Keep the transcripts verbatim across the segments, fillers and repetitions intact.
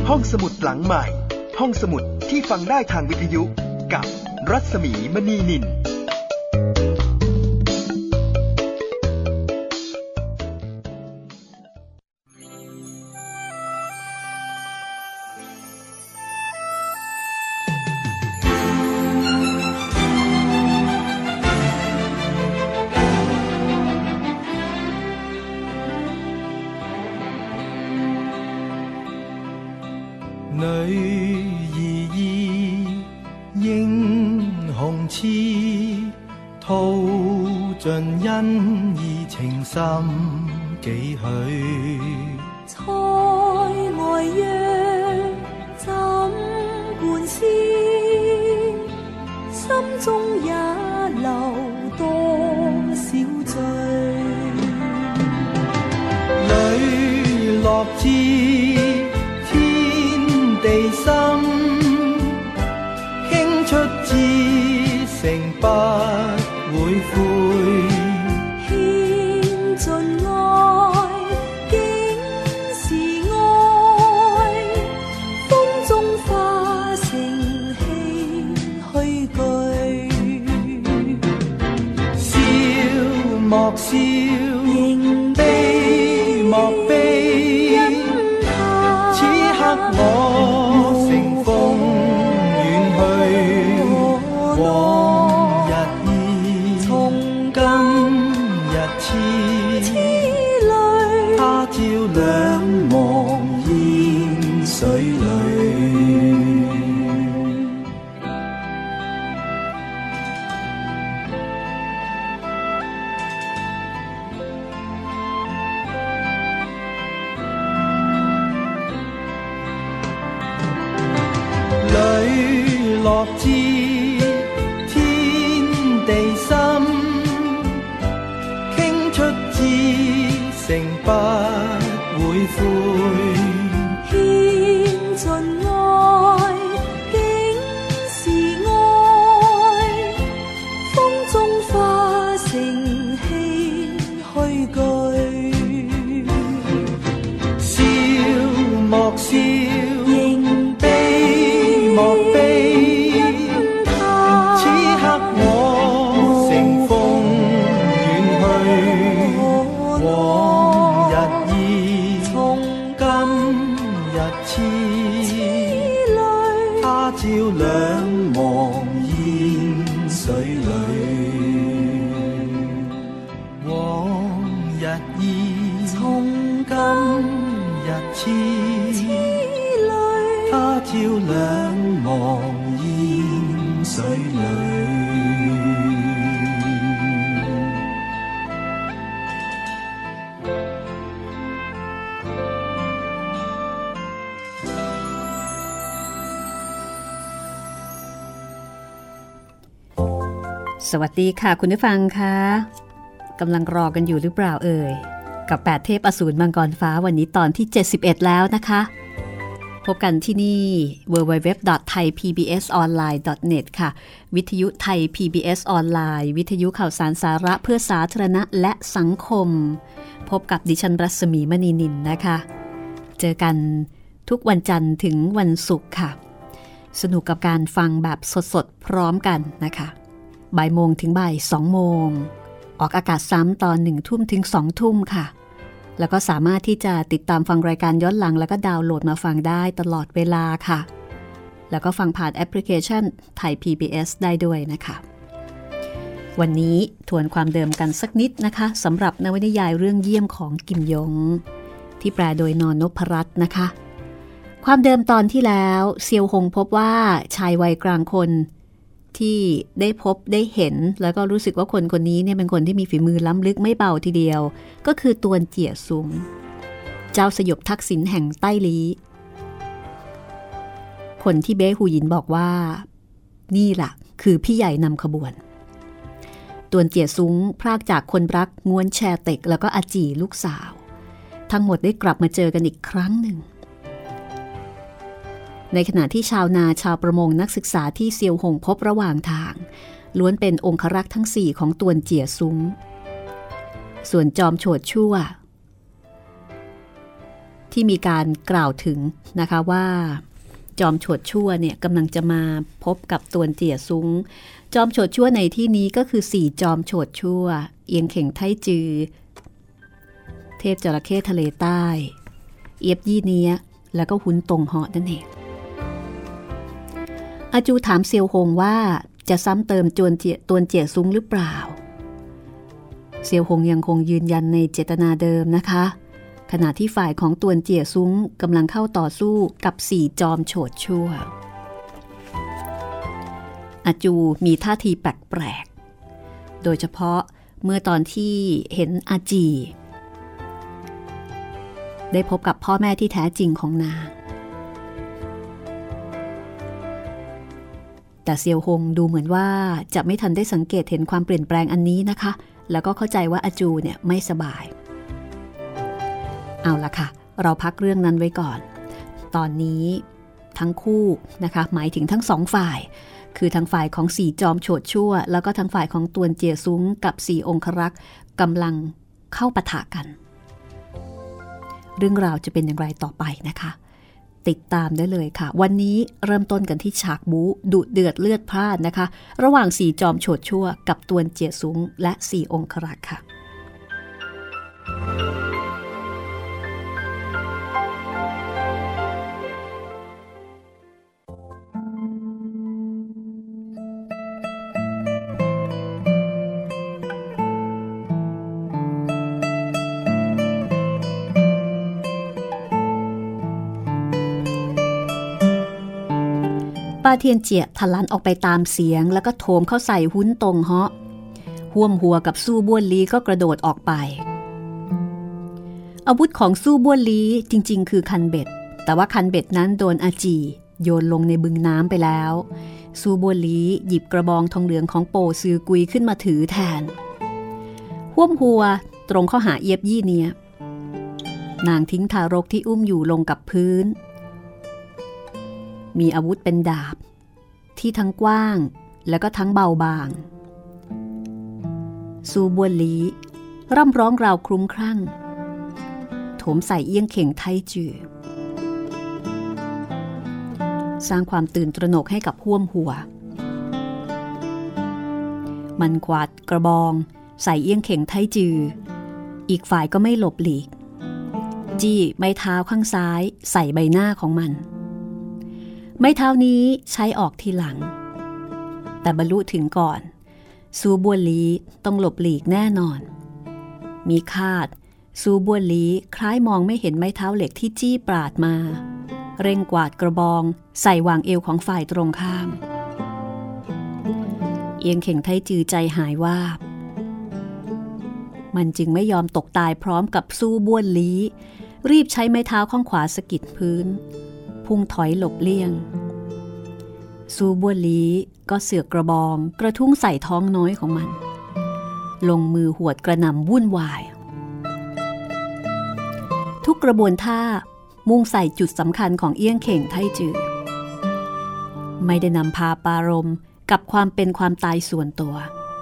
ห้องสมุดหลังใหม่ห้องสมุดที่ฟังได้ทางวิทยุกับรัศมีมณีนิน心幾許塞外約怎灌輸心中也留多少醉磊落至天地心傾出至誠不會悔笑悲莫悲此刻我乘風遠去往日意從今日痴淚他朝兩忘煙水裏落至天地心傾出至誠不會悔獻盡愛竟是愛風中化成氣虛句笑莫笑兩忘煙水裏往日意從今日痴淚他朝兩忘煙水裏สวัสดีค่ะคุณผู้ฟังค่ะกำลังรอกันอยู่หรือเปล่าเอ่ยกับแปดเทพอสูรมังกรฟ้าวันนี้ตอนที่เจ็ดสิบเอ็ดแล้วนะคะพบกันที่นี่ ดับเบิลยู ดับเบิลยู ดับเบิลยู ดอท ไทย พี บี เอส ออนไลน์ ดอท เน็ต ค่ะวิทยุไทย พี บี เอส ออนไลน์วิทยุข่าวสารสาระเพื่อสาธารณะและสังคมพบกับดิฉันรัศมีมณีนินนะคะเจอกันทุกวันจันทร์ถึงวันศุกร์ค่ะสนุกกับการฟังแบบสดๆพร้อมกันนะคะบ่ายโมงถึงบ่ายสองโมงออกอากาศซ้ำตอนหนึ่งทุ่มถึงสองทุ่มค่ะแล้วก็สามารถที่จะติดตามฟังรายการย้อนหลังแล้วก็ดาวน์โหลดมาฟังได้ตลอดเวลาค่ะแล้วก็ฟังผ่านแอปพลิเคชันไทย พี บี เอส ได้ด้วยนะคะวันนี้ทวนความเดิมกันสักนิดนะคะสำหรับนวนิยายเรื่องเยี่ยมของกิมยงที่แปลโดยนนพรัตน์นะคะความเดิมตอนที่แล้วเซียวหงพบว่าชายวัยกลางคนที่ได้พบได้เห็นแล้วก็รู้สึกว่าคนคนนี้เนี่ยเป็นคนที่มีฝีมือล้ำลึกไม่เบาทีเดียวก็คือตวนเจี๋ยซุงเจ้าสยบทักษิณแห่งใต้ลี้ คนที่เบ้หูหยินบอกว่านี่ล่ะคือพี่ใหญ่นำขบวนตวนเจี๋ยซุ้งพรากจากคนรักง้วนแชเต็กแล้วก็อาจีลูกสาวทั้งหมดได้กลับมาเจอกันอีกครั้งหนึ่งในขณะที่ชาวนาชาวประมงนักศึกษาที่เซียวหงพบระหว่างทางล้วนเป็นองครักษ์ทั้งสี่ของตวนเจี๋ยซุ้งส่วนจอมโฉดชั่วที่มีการกล่าวถึงนะคะว่าจอมโฉดชั่วเนี่ยกำลังจะมาพบกับตวนเจี๋ยซุ้งจอมโฉดชั่วในที่นี้ก็คือสี่จอมโฉดชั่วเอียงเข่งไทจือเทพจระเข้ทะเลใต้เอียบยี่เนี้ยแล้วก็หุนตงเหาะนั่นเองอาจูถามเซียวหงว่าจะซ้ำเติมจวนเจี๋ยตวนเจี๋ยซุ้งหรือเปล่าเซียวหงยังคงยืนยันในเจตนาเดิมนะคะขณะที่ฝ่ายของตวนเจี๋ยซุ้งกำลังเข้าต่อสู้กับสี่จอมโฉดชั่วอาจูมีท่าทีแปลกๆโดยเฉพาะเมื่อตอนที่เห็นอาจีได้พบกับพ่อแม่ที่แท้จริงของนางแต่เซียวหงดูเหมือนว่าจะไม่ทันได้สังเกตเห็นความเปลี่ยนแปลงอันนี้นะคะแล้วก็เข้าใจว่าอาจูเนี่ยไม่สบายเอาละค่ะเราพักเรื่องนั้นไว้ก่อนตอนนี้ทั้งคู่นะคะหมายถึงทั้งสองฝ่ายคือทางฝ่ายของสี่จอมโฉดชั่วแล้วก็ทางฝ่ายของตวนเจี๋ยซุ้งกับสี่องครักษ์กำลังเข้าปะทะกันเรื่องราวจะเป็นอย่างไรต่อไปนะคะติดตามได้เลยค่ะวันนี้เริ่มต้นกันที่ฉากบู๊ดุเดือดเลือดพล่านนะคะระหว่างสี่จอมโฉดชั่วกับตวนเจี๋ยซุ้งและสี่องครักษ์ค่ะป้าเทียนเจี๋ยทะลันออกไปตามเสียงแล้วก็โถมเข้าใส่หุ้นตงเหาะห่วมหัวกับสู้บ้วนลีก็กระโดดออกไปอาวุธของสู้บ้วนลีจริงๆคือคันเบ็ดแต่ว่าคันเบ็ดนั้นโดนอาจีโยนลงในบึงน้ำไปแล้วสู้บ้วนลีหยิบกระบองทองเหลืองของโปซือกุยขึ้นมาถือแทนห่วมหัวตรงเข้าหาเอียบยี่เนียนางทิ้งทารกที่อุ้มอยู่ลงกับพื้นมีอาวุธเป็นดาบที่ทั้งกว้างและก็ทั้งเบาบางซูบวนลีร่ำร้องราวคลุ้มคลั่งโถมใส่เอี้ยงเข่งไทจือสร้างความตื่นตระหนกให้กับห่วมหัวมันกวาดกระบองใส่เอี้ยงเข่งไทจืออีกฝ่ายก็ไม่หลบหลีกจี้ไม้เท้าข้างซ้ายใส่ใบหน้าของมันไม้เท้านี้ใช้ออกทีหลังแต่บรรลุถึงก่อนซูบัวลีต้องหลบหลีกแน่นอนมีคาดซูบัวลีคล้ายมองไม่เห็นไม้เท้าเหล็กที่จี้ปราดมาเร่งกวาดกระบองใส่วางเอวของฝ่ายตรงข้ามเอียงเข่งไทจือใจหายวาบมันจึงไม่ยอมตกตายพร้อมกับซูบัวลีรีบใช้ไม้เท้าข้างขวาสะกิดพื้นพุ่งถอยหลบเลี่ยงซูบัวลีก็เสือกกระบองกระทุ้งใส่ท้องน้อยของมันลงมือหวดกระหน่ำวุ่นวายทุกกระบวนท่ามุ่งใส่จุดสำคัญของเอี้ยงเข่งไทจือไม่ได้นำพาปารมกับความเป็นความตายส่วนตัว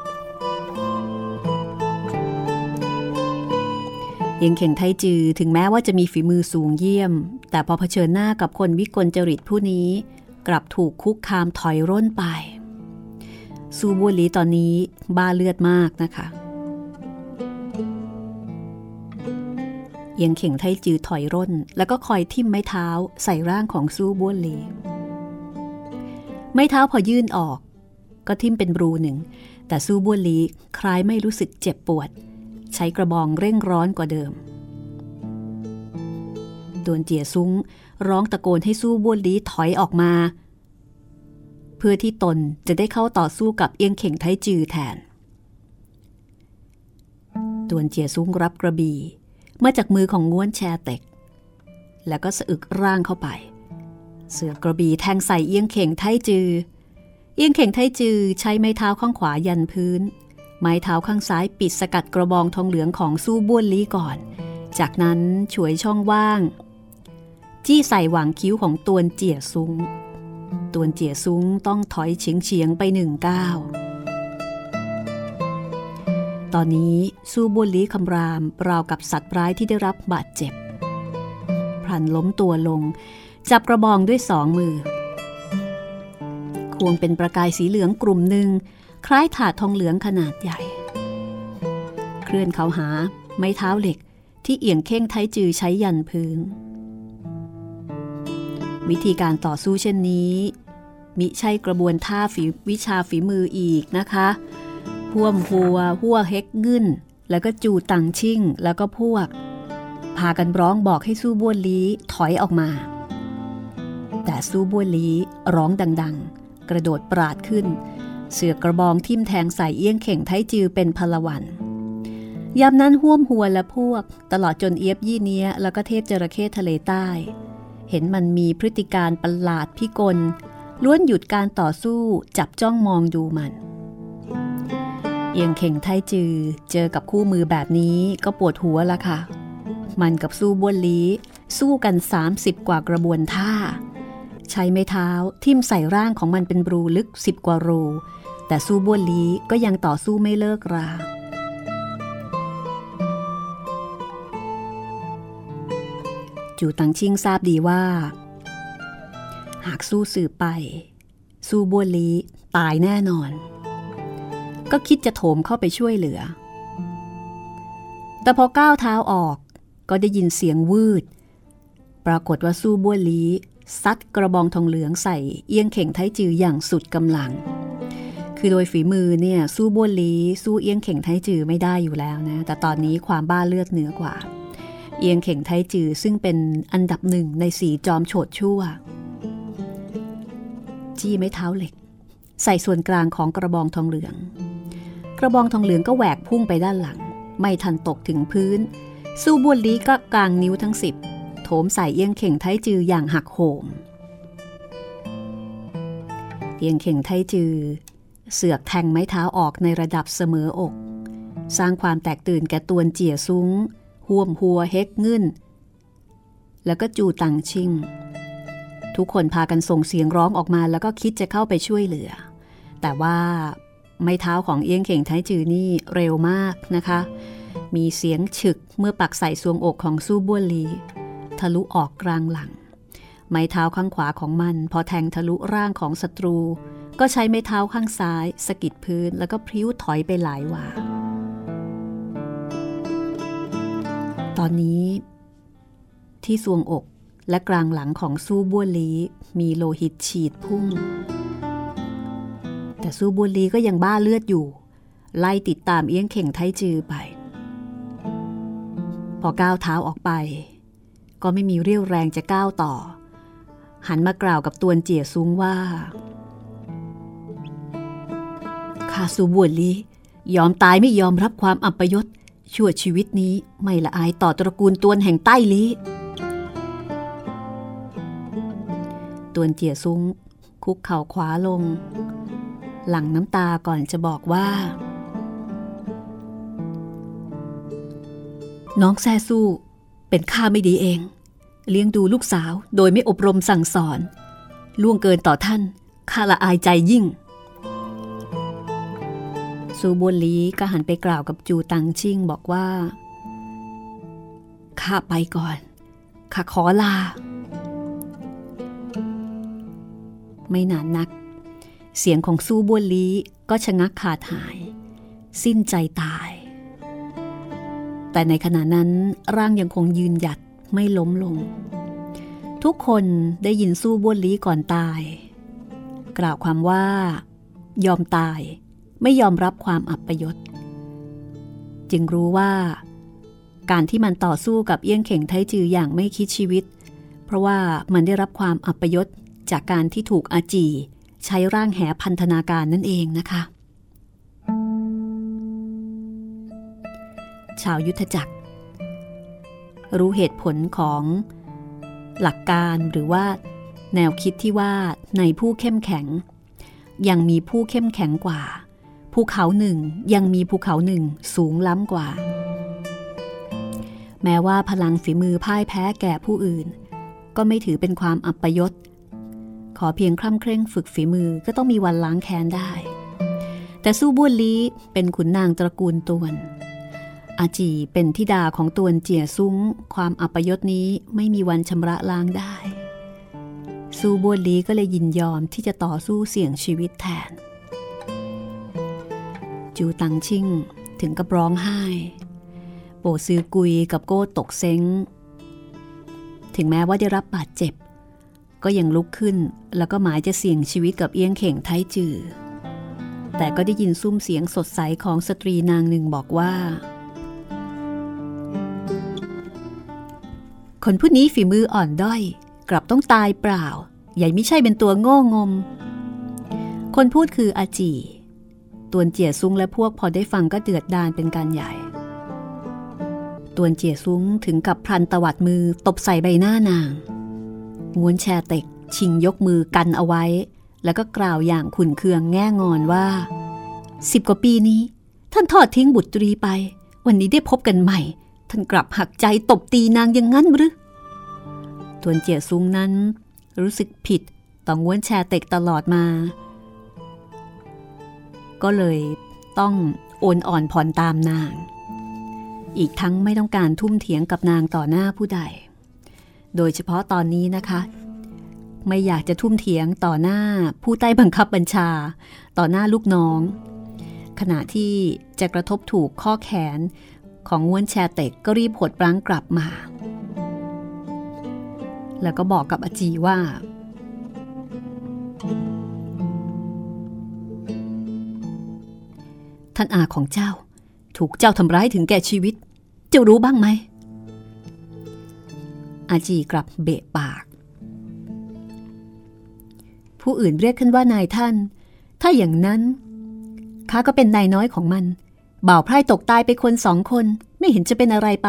เอี้ยงเข่งไทจือถึงแม้ว่าจะมีฝีมือสูงเยี่ยมแต่พอเผชิญหน้ากับคนวิกลจริตผู้นี้กลับถูกคุกคามถอยร่นไปซูบัวลีตอนนี้บ้าเลือดมากนะคะเอียงเข่งไทจือถอยร่นแล้วก็คอยทิ่มไม้เท้าใส่ร่างของซูบัวลีไม้เท้าพอยื่นออกก็ทิ่มเป็นรูหนึ่งแต่ซูบัวลีคล้ายไม่รู้สึกเจ็บปวดใช้กระบองเร่งร้อนกว่าเดิมตวนเจี๋ยซุ้งร้องตะโกนให้สู้บัวลีถอยออกมาเพื่อที่ตนจะได้เข้าต่อสู้กับเอียงเข่งไทจือแทนตวนเจี๋ยซุ้งรับกระบี่มาจากมือของง้วนแชเต็กแล้วก็สะอึกร่างเข้าไปเสือกระบี่แทงใส่เอียงเข่งไทจือเอียงเข่งไทจือใช้ไม้เท้าข้างขวายันพื้นไม้เท้าข้างซ้ายปิดสกัดกระบองทองเหลืองของสู้บัวลีก่อนจากนั้นฉวยช่องว่างจี้ใส่หว่างคิ้วของตวนเจี๋ยซุ้งตวนเจี๋ยซุ้งต้องถอยเฉียงเฉียงไปหนึ่งก้าวตอนนี้สู้บัวลีคำรามราวกับสัตว์ร้ายที่ได้รับบาดเจ็บพรลันล้มตัวลงจับกระบองด้วยสองมือควงเป็นประกายสีเหลืองกลุ่มหนึ่งคล้ายถาดทองเหลืองขนาดใหญ่เคลื่อนเขาหาไม้เท้าเหล็กที่เอี่ยงเข่งไทจือใช้ยันพื้นวิธีการต่อสู้เช่นนี้มิใช่กระบวนท่าฝีวิชาฝีมืออีกนะคะห่วมหัวหัวเฮกงึ่นแล้วก็จูตังชิ่งแล้วก็พวกพากันร้องบอกให้สู้บ้วนลี้ถอยออกมาแต่สู้บ้วนลี้ร้องดังๆกระโดดปราดขึ้นเสือกกระบองทิ่มแทงใส่เอี้ยงเข่งไทจือเป็นพลวันยามนั้นห่วมหัวและพวกตลอดจนเอียบยี่เนี้ยแล้วก็เทพจระเข้ทะเลใต้เห็นมันมีพฤติการประหลาดพิกลล้วนหยุดการต่อสู้จับจ้องมองดูมันเอียงเข่งไทจือเจอกับคู่มือแบบนี้ก็ปวดหัวละค่ะมันกับสู้บ้วนลี้สู้กันสามสิบกว่ากระบวนท่าใช้ไม้เท้าทิ่มใส่ร่างของมันเป็นรูลึกสิบกว่ารูแต่สู้บ้วนลี้ก็ยังต่อสู้ไม่เลิกราจูตังชิงทราบดีว่าหากสู้สืบไปสู้บ้วนลี้ตายแน่นอนก็คิดจะโถมเข้าไปช่วยเหลือแต่พอก้าวเท้าออกก็ได้ยินเสียงวืดปรากฏว่าสู้บ้วนลี้ซัดกระบองทองเหลืองใส่เอี้ยงเข่งไทจืออย่างสุดกำลังคือโดยฝีมือเนี่ยสู้บ้วนลี้สู้เอี้ยงเข่งไทจือไม่ได้อยู่แล้วนะแต่ตอนนี้ความบ้าเลือดเหนือกว่าเอี้ยงเข่งไทจือซึ่งเป็นอันดับหนึ่งในสีจอมโฉดชั่วจี้ไม้เท้าเหล็กใส่ส่วนกลางของกระบองทองเหลืองกระบองทองเหลืองก็แหวกพุ่งไปด้านหลังไม่ทันตกถึงพื้นสู้บ้วนลี้ก็กางนิ้วทั้งสิบโถมใส่เอี้ยงเข่งไทจืออย่างหักโหมเอี้ยงเข่งไทจือเสือกแทงไม้เท้าออกในระดับเสมออกสร้างความแตกตื่นแก่ตวนเจี๋ยซุ้งห่วมหัวเฮกงึ่นแล้วก็จูตังชิงทุกคนพากันส่งเสียงร้องออกมาแล้วก็คิดจะเข้าไปช่วยเหลือแต่ว่าไม้เท้าของเอี้ยงเข่งไทจือนี่เร็วมากนะคะมีเสียงฉึกเมื่อปักใส่ทรวงอกของสู้บ้วนลี้ทะลุออกกลางหลังไม้เท้าข้างขวาของมันพอแทงทะลุร่างของศัตรูก็ใช้ไม้เท้าข้างซ้ายสะกิดพื้นแล้วก็พลิ้วถอยไปหลายวาตอนนี้ที่ทรวงอกและกลางหลังของสู้บ้วนลี้มีโลหิตฉีดพุ่งแต่สู้บ้วนลี้ก็ยังบ้าเลือดอยู่ไล่ติดตามเอี้ยงเข่งไทจือไปพอก้าวเท้าออกไปก็ไม่มีเรี่ยวแรงจะก้าวต่อหันมากล่าวกับตวนเจี๋ยซุ้งว่าข้าสู้บ้วนลี้ยอมตายไม่ยอมรับความอัปยศชั่วชีวิตนี้ไม่ละอายต่อตระกูลตวนแห่งใต้ลี้ตวนเจี๋ยซุ้งคุกเข่าขวาลงหลั่งน้ำตาก่อนจะบอกว่าน้องแซ่สู้เป็นข้าไม่ดีเองเลี้ยงดูลูกสาวโดยไม่อบรมสั่งสอนล่วงเกินต่อท่านข้าละอายใจยิ่งซูบ้วนลี้ก็หันไปกล่าวกับจูตังชิ่งบอกว่าข้าไปก่อนข้าขอลาไม่นานนักเสียงของสู้บ้วนลี้ก็ชะงักขาดหายสิ้นใจตายแต่ในขณะนั้นร่างยังคงยืนหยัดไม่ล้มลงทุกคนได้ยินสู้บ้วนลี้ก่อนตายกล่าวความว่ายอมตายไม่ยอมรับความอัปยศจึงรู้ว่าการที่มันต่อสู้กับเอี้ยงเข่งไทจืออย่างไม่คิดชีวิตเพราะว่ามันได้รับความอัปยศจากการที่ถูกอาจีใช้ร่างแหพันธนาการนั่นเองนะคะชาวยุทธจักรรู้เหตุผลของหลักการหรือว่าแนวคิดที่ว่าในผู้เข้มแข็งยังมีผู้เข้มแข็งกว่าภูเขาหนึ่งยังมีภูเขาหนึ่งสูงล้ำกว่าแม้ว่าพลังฝีมือพ่ายแพ้แก่ผู้อื่นก็ไม่ถือเป็นความอัปยศขอเพียงคร่ำเคร่งฝึกฝีมือก็ต้องมีวันล้างแค้นได้แต่สู้บ้วนลี้เป็นขุนนางตระกูลตวนอาจีเป็นธิดาของตวนเจียซุ้งความอัปยศนี้ไม่มีวันชำระล้างได้ซูบวนลีก็เลยยินยอมที่จะต่อสู้เสี่ยงชีวิตแทนจูตังชิ่งถึงกับร้องไห้โปซือกุยกับโก้ตกเซ้งถึงแม้ว่าได้รับบาดเจ็บก็ยังลุกขึ้นแล้วก็หมายจะเสี่ยงชีวิตกับเอี้ยงเข่งไทจือแต่ก็ได้ยินซุ้มเสียงสดใสของสตรีนางหนึ่งบอกว่าคนผู้นี้ฝีมืออ่อนด้อยกลับต้องตายเปล่าใหญ่ไม่ใช่เป็นตัวโง่งมคนพูดคืออาจีตวนเจี๋ยซุ้งและพวกพอได้ฟังก็เดือดดาลเป็นการใหญ่ตวนเจี๋ยซุ้งถึงกับพลันตวัดมือตบใส่ใบหน้านางง้วนแชเต็กชิงยกมือกันเอาไว้แล้วก็กล่าวอย่างขุ่นเคืองแง่งอนว่าสิบกว่าปีนี้ท่านทอดทิ้งบุตรีไปวันนี้ได้พบกันใหม่ท่านกลับหักใจตบตีนางอย่างงั้นหรือตวนเจี๋ยซุ้งนั้นรู้สึกผิดต่อง้วนแชเต็กตลอดมาก็เลยต้องโอนอ่อนผ่อนตามนางอีกทั้งไม่ต้องการทุ่มเถียงกับนางต่อหน้าผู้ใดโดยเฉพาะตอนนี้นะคะไม่อยากจะทุ่มเถียงต่อหน้าผู้ใต้บังคับบัญชาต่อหน้าลูกน้องขณะที่จะกระทบถูกข้อแขนของง้วนแชเต็กก็รีบหดปรั้งกลับมาแล้วก็บอกกับอาจีว่าท่านอาของเจ้าถูกเจ้าทำร้ายถึงแก่ชีวิตเจ้ารู้บ้างไหมอาจีกลับเบะปากผู้อื่นเรียกขึ้นว่านายท่านถ้าอย่างนั้นข้าก็เป็นนายน้อยของมันบ่าวไพร่ตกตายไปคนสองคนไม่เห็นจะเป็นอะไรไป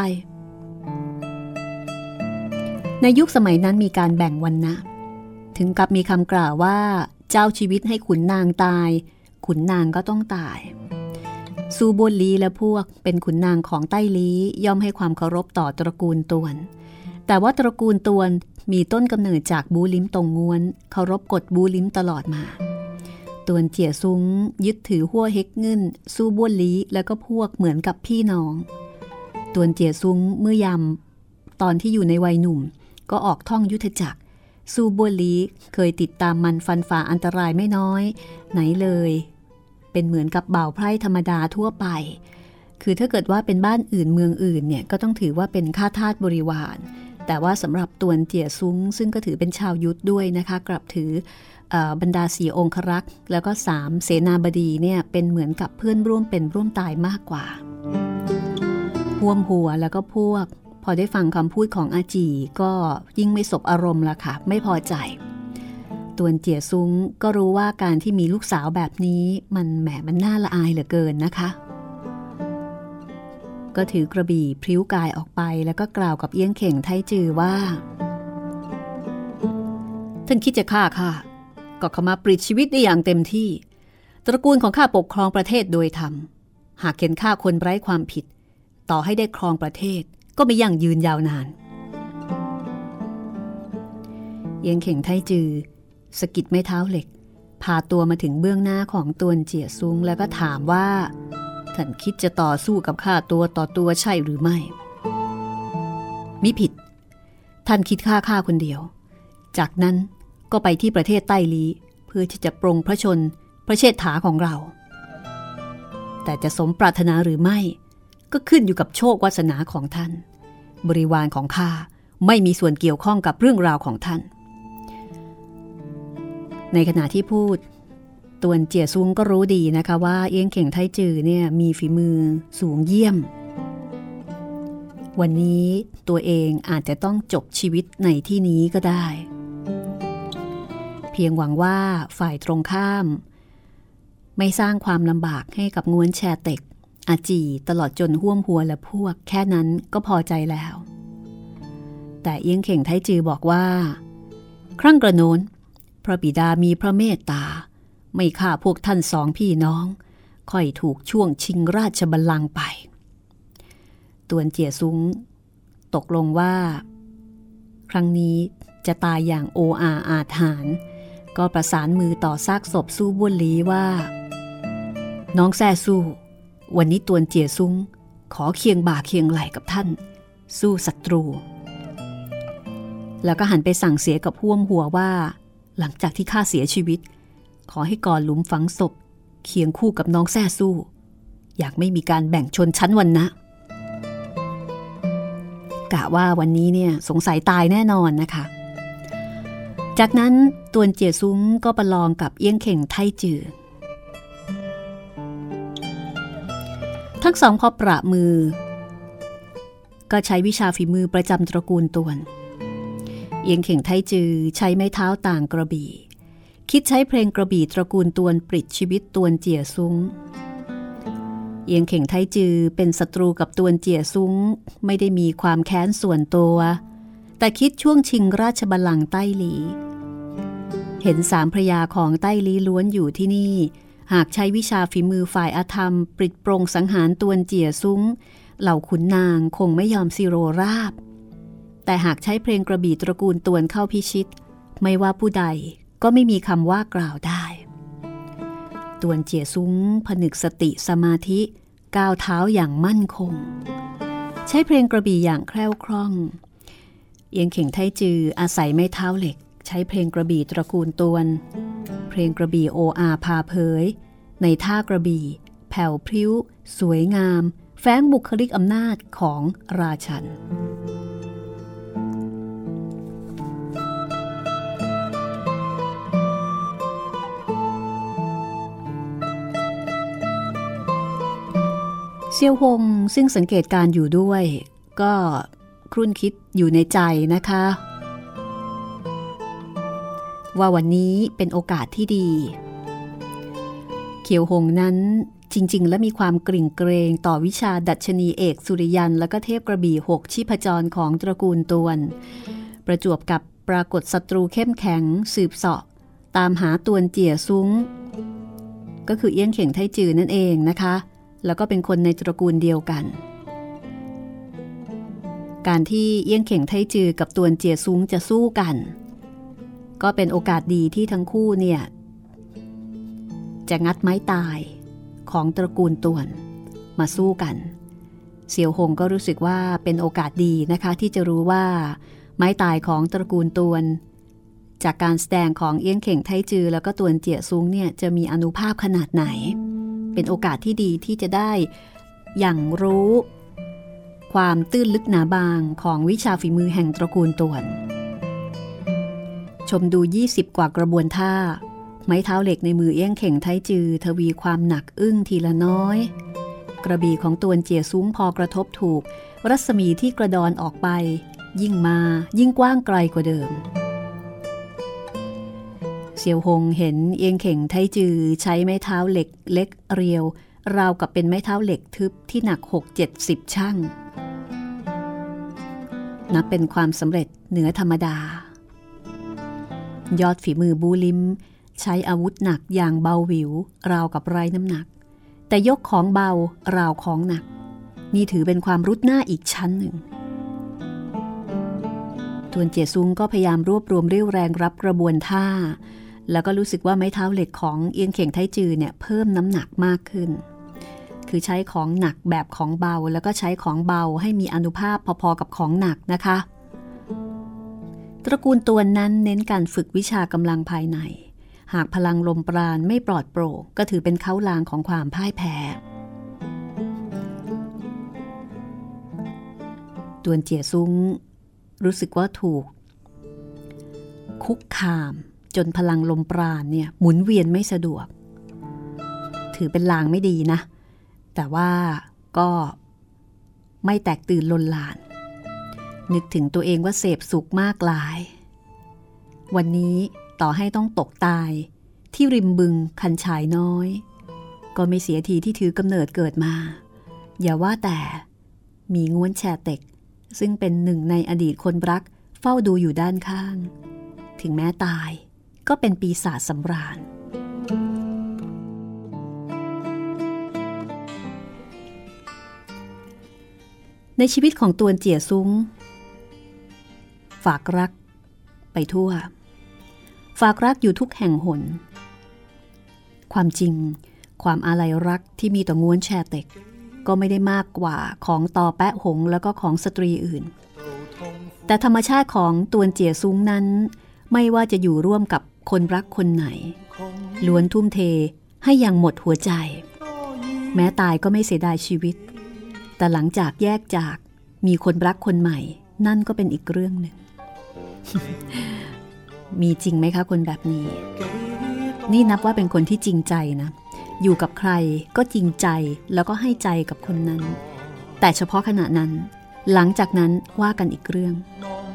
ในยุคสมัยนั้นมีการแบ่งวรรณะถึงกับมีคำกล่าวว่าเจ้าชีวิตให้ขุนนางตายขุนนางก็ต้องตายซูบวนลีและพวกเป็นขุนนางของใต้ลี้ย่อมให้ความเคารพต่อตระกูลตวนแต่ว่าตระกูลตวนมีต้นกำเนิดจากบูลิ้มตงง้วนเคารพกฎบูลิ้มตลอดมาตวนเจี๋ยซุ้งยึดถือหัวเฮกเงินซูบวนลีแล้วก็พวกเหมือนกับพี่น้องตวนเจี๋ยซุ้งเมื่อยามตอนที่อยู่ในวัยหนุ่มก็ออกท่องยุทธจักรซูบวนลีเคยติดตามมันฟันฝ่าอันตรายไม่น้อยไหนเลยเป็นเหมือนกับบ่าวไพร่ธรรมดาทั่วไปคือถ้าเกิดว่าเป็นบ้านอื่นเมืองอื่นเนี่ยก็ต้องถือว่าเป็นข้าทาสบริวารแต่ว่าสำหรับตวนเจี๋ยซุ้งซึ่งก็ถือเป็นชาวยุทธด้วยนะคะกลับถือบรรดาสี่องครักษ์แล้วก็สามเสนาบดีเนี่ยเป็นเหมือนกับเพื่อนร่วมเป็นร่วมตายมากกว่าห่วมหัวแล้วก็พวกพอได้ฟังคำพูดของอาจีก็ยิ่งไม่สบอารมณ์ละค่ะไม่พอใจตวนเจี๋ยซุ้งก็รู้ว่าการที่มีลูกสาวแบบนี้มันแหมมันน่าละอายเหลือเกินนะคะก็ถือกระบี่พริ้วกายออกไปแล้วก็กล่าวกับเอี้ยงเข่งไทจือว่าท่านคิดจะฆ่าข้าก็เข้ามาปลิดชีวิตได้อย่างเต็มที่ตระกูลของข้าปกครองประเทศโดยธรรมหากเห็นฆ่าคนไร้ความผิดต่อให้ได้ครองประเทศก็ไม่ยั่งยืนยาวนานเอี้ยงเข่งไทจือสะกิดไม้เท้าเหล็กพาตัวมาถึงเบื้องหน้าของตวนเจี๋ยซุ้งแล้วก็ถามว่าท่านคิดจะต่อสู้กับข้าตัวต่อตัวใช่หรือไม่มิผิดท่านคิดฆ่าข้าคนเดียวจากนั้นก็ไปที่ประเทศใต้ลี้เพื่อที่จะปรงพระชนพระเชษฐาของเราแต่จะสมปรารถนาหรือไม่ก็ขึ้นอยู่กับโชควาสนาของท่านบริวารของข้าไม่มีส่วนเกี่ยวข้องกับเรื่องราวของท่านในขณะที่พูดตวนเจี๋ยซุ้งก็รู้ดีนะคะว่าเอี้ยงเข่งไทจือเนี่ยมีฝีมือสูงเยี่ยมวันนี้ตัวเองอาจจะต้องจบชีวิตในที่นี้ก็ได้เพียงหวังว่าฝ่ายตรงข้ามไม่สร้างความลำบากให้กับง้วนแชเต็กอาจีตลอดจนห่วมหัวและพวกแค่นั้นก็พอใจแล้วแต่เอี้ยงเข่งไทจือบอกว่าครั้งกระโน้นพระบิดามีพระเมตตาไม่ฆ่าพวกท่านสองพี่น้องค่อยถูกช่วงชิงราชบัลลังก์ไปตวนเจี๋ยซุ้งตกลงว่าครั้งนี้จะตายอย่างโออาอาถรรพ์ก็ประสานมือต่อซากศพสู้บ้วนลีว่าน้องแซ่สู้วันนี้ตวนเจี๋ยซุ้งขอเคียงบ่าเคียงไหล่กับท่านสู้ศัตรูแล้วก็หันไปสั่งเสียกับพ่วงหัวว่าหลังจากที่ข้าเสียชีวิตขอให้ก่อหลุมฝังศพเคียงคู่กับน้องแซ่สู้อยากไม่มีการแบ่งชนชั้นวรรณะกะว่าวันนี้เนี่ยสงสัยตายแน่นอนนะคะจากนั้นตวนเจียซุ้งก็ประลองกับเอี้ยงเข่งไทจือทั้งสองพอประมือก็ใช้วิชาฝีมือประจำตระกูลตวนเอี้ยงเข่งไทจือใช้ไม้เท้าต่างกระบี่คิดใช้เพลงกระบี่ตระกูลตวนปลิดชีวิตตวนเจียซุ้งเอียงเข่งไทจือเป็นศัตรูกับตวนเจียซุ้งไม่ได้มีความแค้นส่วนตัวแต่คิดช่วงชิงราชบัลลังก์ใต้หลีเห็นสามพระยาของใต้หลีล้วนอยู่ที่นี่หากใช้วิชาฝีมือฝ่ายอาธรรมปลิดปรงสังหารตวนเจียซุ้งเหล่าขุนนางคงไม่ยอมสิโรราบแต่หากใช้เพลงกระบี่ตระกูลตวนเข้าพิชิตไม่ว่าผู้ใดก็ไม่มีคำว่ากล่าวได้ตวนเจียซุ้งผนึกสติสมาธิก้าวเท้าอย่างมั่นคงใช้เพลงกระบี่อย่างแคล่วคล่องเอียงเข่งไทจืออาศัยไม้เท้าเหล็กใช้เพลงกระบี่ตระกูลตวนเพลงกระบี่โออาพาเผยในท่ากระบี่แผ่วพริ้วสวยงามแฝงบุคลิกอำนาจของราชันเซี่ยวฮงซึ่งสังเกตการอยู่ด้วยก็ครุ่นคิดอยู่ในใจนะคะว่าวันนี้เป็นโอกาสที่ดีเคียวฮงนั้นจริงๆและมีความกริ่งเกรงต่อวิชาดัชนีเอกสุริยันและก็เทพกระบี่หกชีพจรของตระกูลตวนประจวบกับปรากฏศัตรูเข้มแข็งสืบเสาะตามหาตวนเจียซุ้งก็คือเอี้ยงเข่งไทจือนั่นเองนะคะแล้วก็เป็นคนในตระกูลเดียวกันการที่เอี้ยงเข่งไทจือกับตวนเจียซุ้งจะสู้กันก็เป็นโอกาสดีที่ทั้งคู่เนี่ยจะงัดไม้ตายของตระกูลตวนมาสู้กันเสี่ยวหงก็รู้สึกว่าเป็นโอกาสดีนะคะที่จะรู้ว่าไม้ตายของตระกูลตวนจากการแสดงของเอี้ยงเข่งไทจือแล้วก็ตวนเจียซุ้งเนี่ยจะมีอานุภาพขนาดไหนเป็นโอกาสที่ดีที่จะได้อย่างรู้ความตื้นลึกหนาบางของวิชาฝีมือแห่งตระกูลตวนชมดูยี่สิบกว่ากระบวนท่าไม้เท้าเหล็กในมือเอี้ยงเข่งไทจือทวีความหนักอึ้งทีละน้อยกระบี่ของตวนเจียซุ้งพอกระทบถูกรัศมีที่กระดอนออกไปยิ่งมายิ่งกว้างไกลกว่าเดิมเสี่ยวหงเห็นเอียงเข่งไทจือใช้ไม้เท้าเหล็กเล็กเรียวราวกับเป็นไม้เท้าเหล็กทึบที่หนัก หกเจ็ดสิบ ชั่งนับเป็นความสำเร็จเหนือธรรมดายอดฝีมือบูลิมใช้อาวุธหนักอย่างเบาหวิวราวกับไร้น้ำหนักแต่ยกของเบาราวของหนักนี่ถือเป็นความรุดหน้าอีกชั้นหนึ่งตวนเจียซุ้งก็พยายามรวบรวมเรี่ยวแรงรับกระบวนท่าแล้วก็รู้สึกว่าไม้เท้าเหล็กของเอียงเข่งไทจือเนี่ยเพิ่มน้ำหนักมากขึ้นคือใช้ของหนักแบบของเบาแล้วก็ใช้ของเบาให้มีอานุภาพพอๆกับของหนักนะคะตระกูลตวนนั้นเน้นการฝึกวิชากำลังภายในหากพลังลมปราณไม่ปลอดโปร่งก็ถือเป็นเค้าลางของความพ่ายแพ้ตวนเจียซุ้งรู้สึกว่าถูกคุกคามจนพลังลมปราณเนี่ยหมุนเวียนไม่สะดวกถือเป็นลางไม่ดีนะแต่ว่าก็ไม่แตกตื่นลนลานนึกถึงตัวเองว่าเสพสุขมากหลายวันนี้ต่อให้ต้องตกตายที่ริมบึงคันฉายน้อยก็ไม่เสียทีที่ถือกำเนิดเกิดมาอย่าว่าแต่มีง้วนแชเต็กซึ่งเป็นหนึ่งในอดีตคนรักเฝ้าดูอยู่ด้านข้างถึงแม้ตายก็เป็นปีศาจสำราญในชีวิตของตวนเจียซุ้งฝากรักไปทั่วฝากรักอยู่ทุกแห่งหนความจริงความอาลัยรักที่มีต่อง้วนแชเต็กก็ไม่ได้มากกว่าของตอแปะหงแล้วก็ของสตรีอื่นแต่ธรรมชาติของตวนเจี๋ยซุ้งนั้นไม่ว่าจะอยู่ร่วมกับคนรักคนไหนล้วนทุ่มเทให้อย่างหมดหัวใจแม้ตายก็ไม่เสียดายชีวิตแต่หลังจากแยกจากมีคนรักคนใหม่นั่นก็เป็นอีกเรื่องหนึ่ง มีจริงไหมคะคนแบบนี้นี่นับว่าเป็นคนที่จริงใจนะอยู่กับใครก็จริงใจแล้วก็ให้ใจกับคนนั้นแต่เฉพาะขณะนั้นหลังจากนั้นว่ากันอีกเรื่อง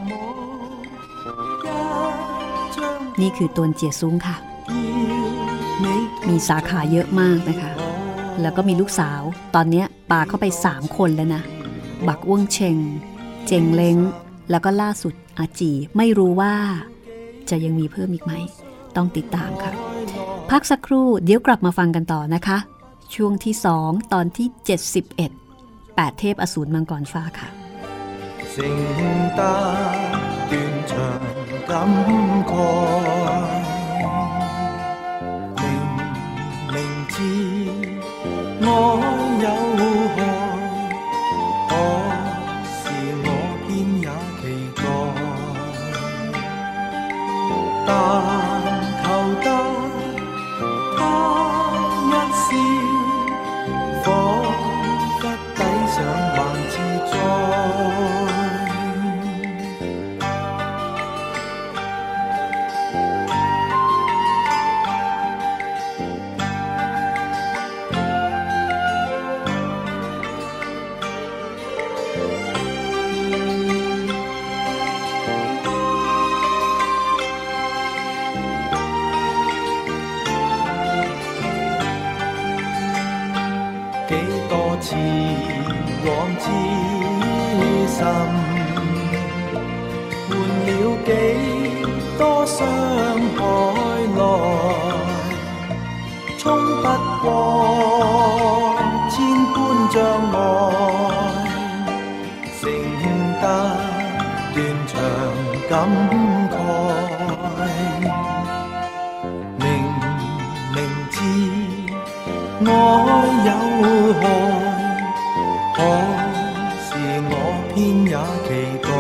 นี่คือตวนเจี๋ยซุ้งค่ะมีสาขาเยอะมากนะคะแล้วก็มีลูกสาวตอนนี้ปาเข้าไปสามคนแล้วนะบักอ้วงเชงเจงเล้งแล้วก็ล่าสุดอาจีไม่รู้ว่าจะยังมีเพิ่มอีกไหมต้องติดตามค่ะพักสักครู่เดี๋ยวกลับมาฟังกันต่อนะคะช่วงที่สองตอนที่เจ็ดสิบเอ็ดแปดเทพอสูรมังกรฟ้าค่ะ聖誕斷腸感慨，明明知愛有害，可是我偏也期待，但求得他一笑，彷彿抵上萬次災。似往之心，換了幾多傷害來，衝不過千般障礙，承得斷腸感慨，明明知愛有害。可是我偏也期待，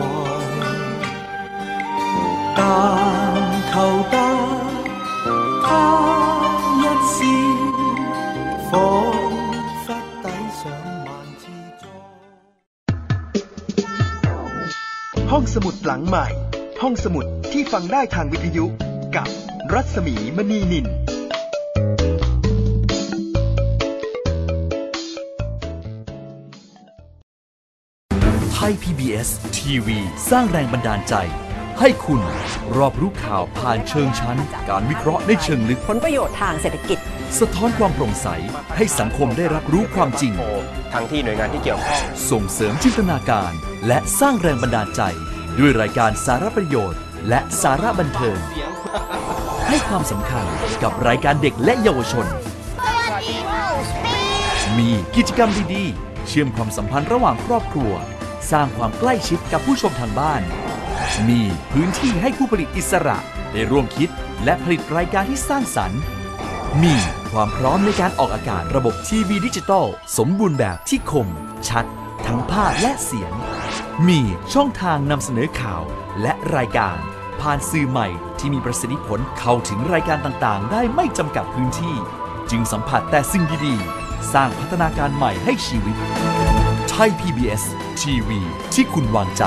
但求得他一笑，彷彿抵上萬次災。 ห้องสมุดหลังใหม่ห้องสมุดที่ฟังได้ทางวิทยุกับรัศมีมณีนินไทย พี บี เอส ที วี สร้างแรงบันดาลใจให้คุณรอบรู้ข่าวผ่านเชิงชั้นการวิเคราะห์ในเชิงลึกผลประโยชน์ทางเศรษฐกิจสะท้อนความโปร่งใสให้สังคมได้รับรู้ความจริงทั้งที่หน่วยงานที่เกี่ยวข้องส่งเสริมจินตนาการและสร้างแรงบันดาลใจด้วยรายการสาระประโยชน์และสาระบันเทิงให้ความสำคัญกับรายการเด็กและเยาวชนมีกิจกรรมดีๆเชื่อมความสัมพันธ์ระหว่างครอบครัวสร้างความใกล้ชิดกับผู้ชมทางบ้านมีพื้นที่ให้ผู้ผลิตอิสระได้ร่วมคิดและผลิตรายการที่สร้างสรรค์มีความพร้อมในการออกอากาศระบบทีวีดิจิตอลสมบูรณ์แบบที่คมชัดทั้งภาพและเสียงมีช่องทางนำเสนอข่าวและรายการผ่านสื่อใหม่ที่มีประสิทธิผลเข้าถึงรายการต่างๆได้ไม่จำกัดพื้นที่จึงสัมผัสแต่สิ่งดีๆสร้างพัฒนาการใหม่ให้ชีวิตไทย พี บี เอส ที วี ที่คุณวางใจ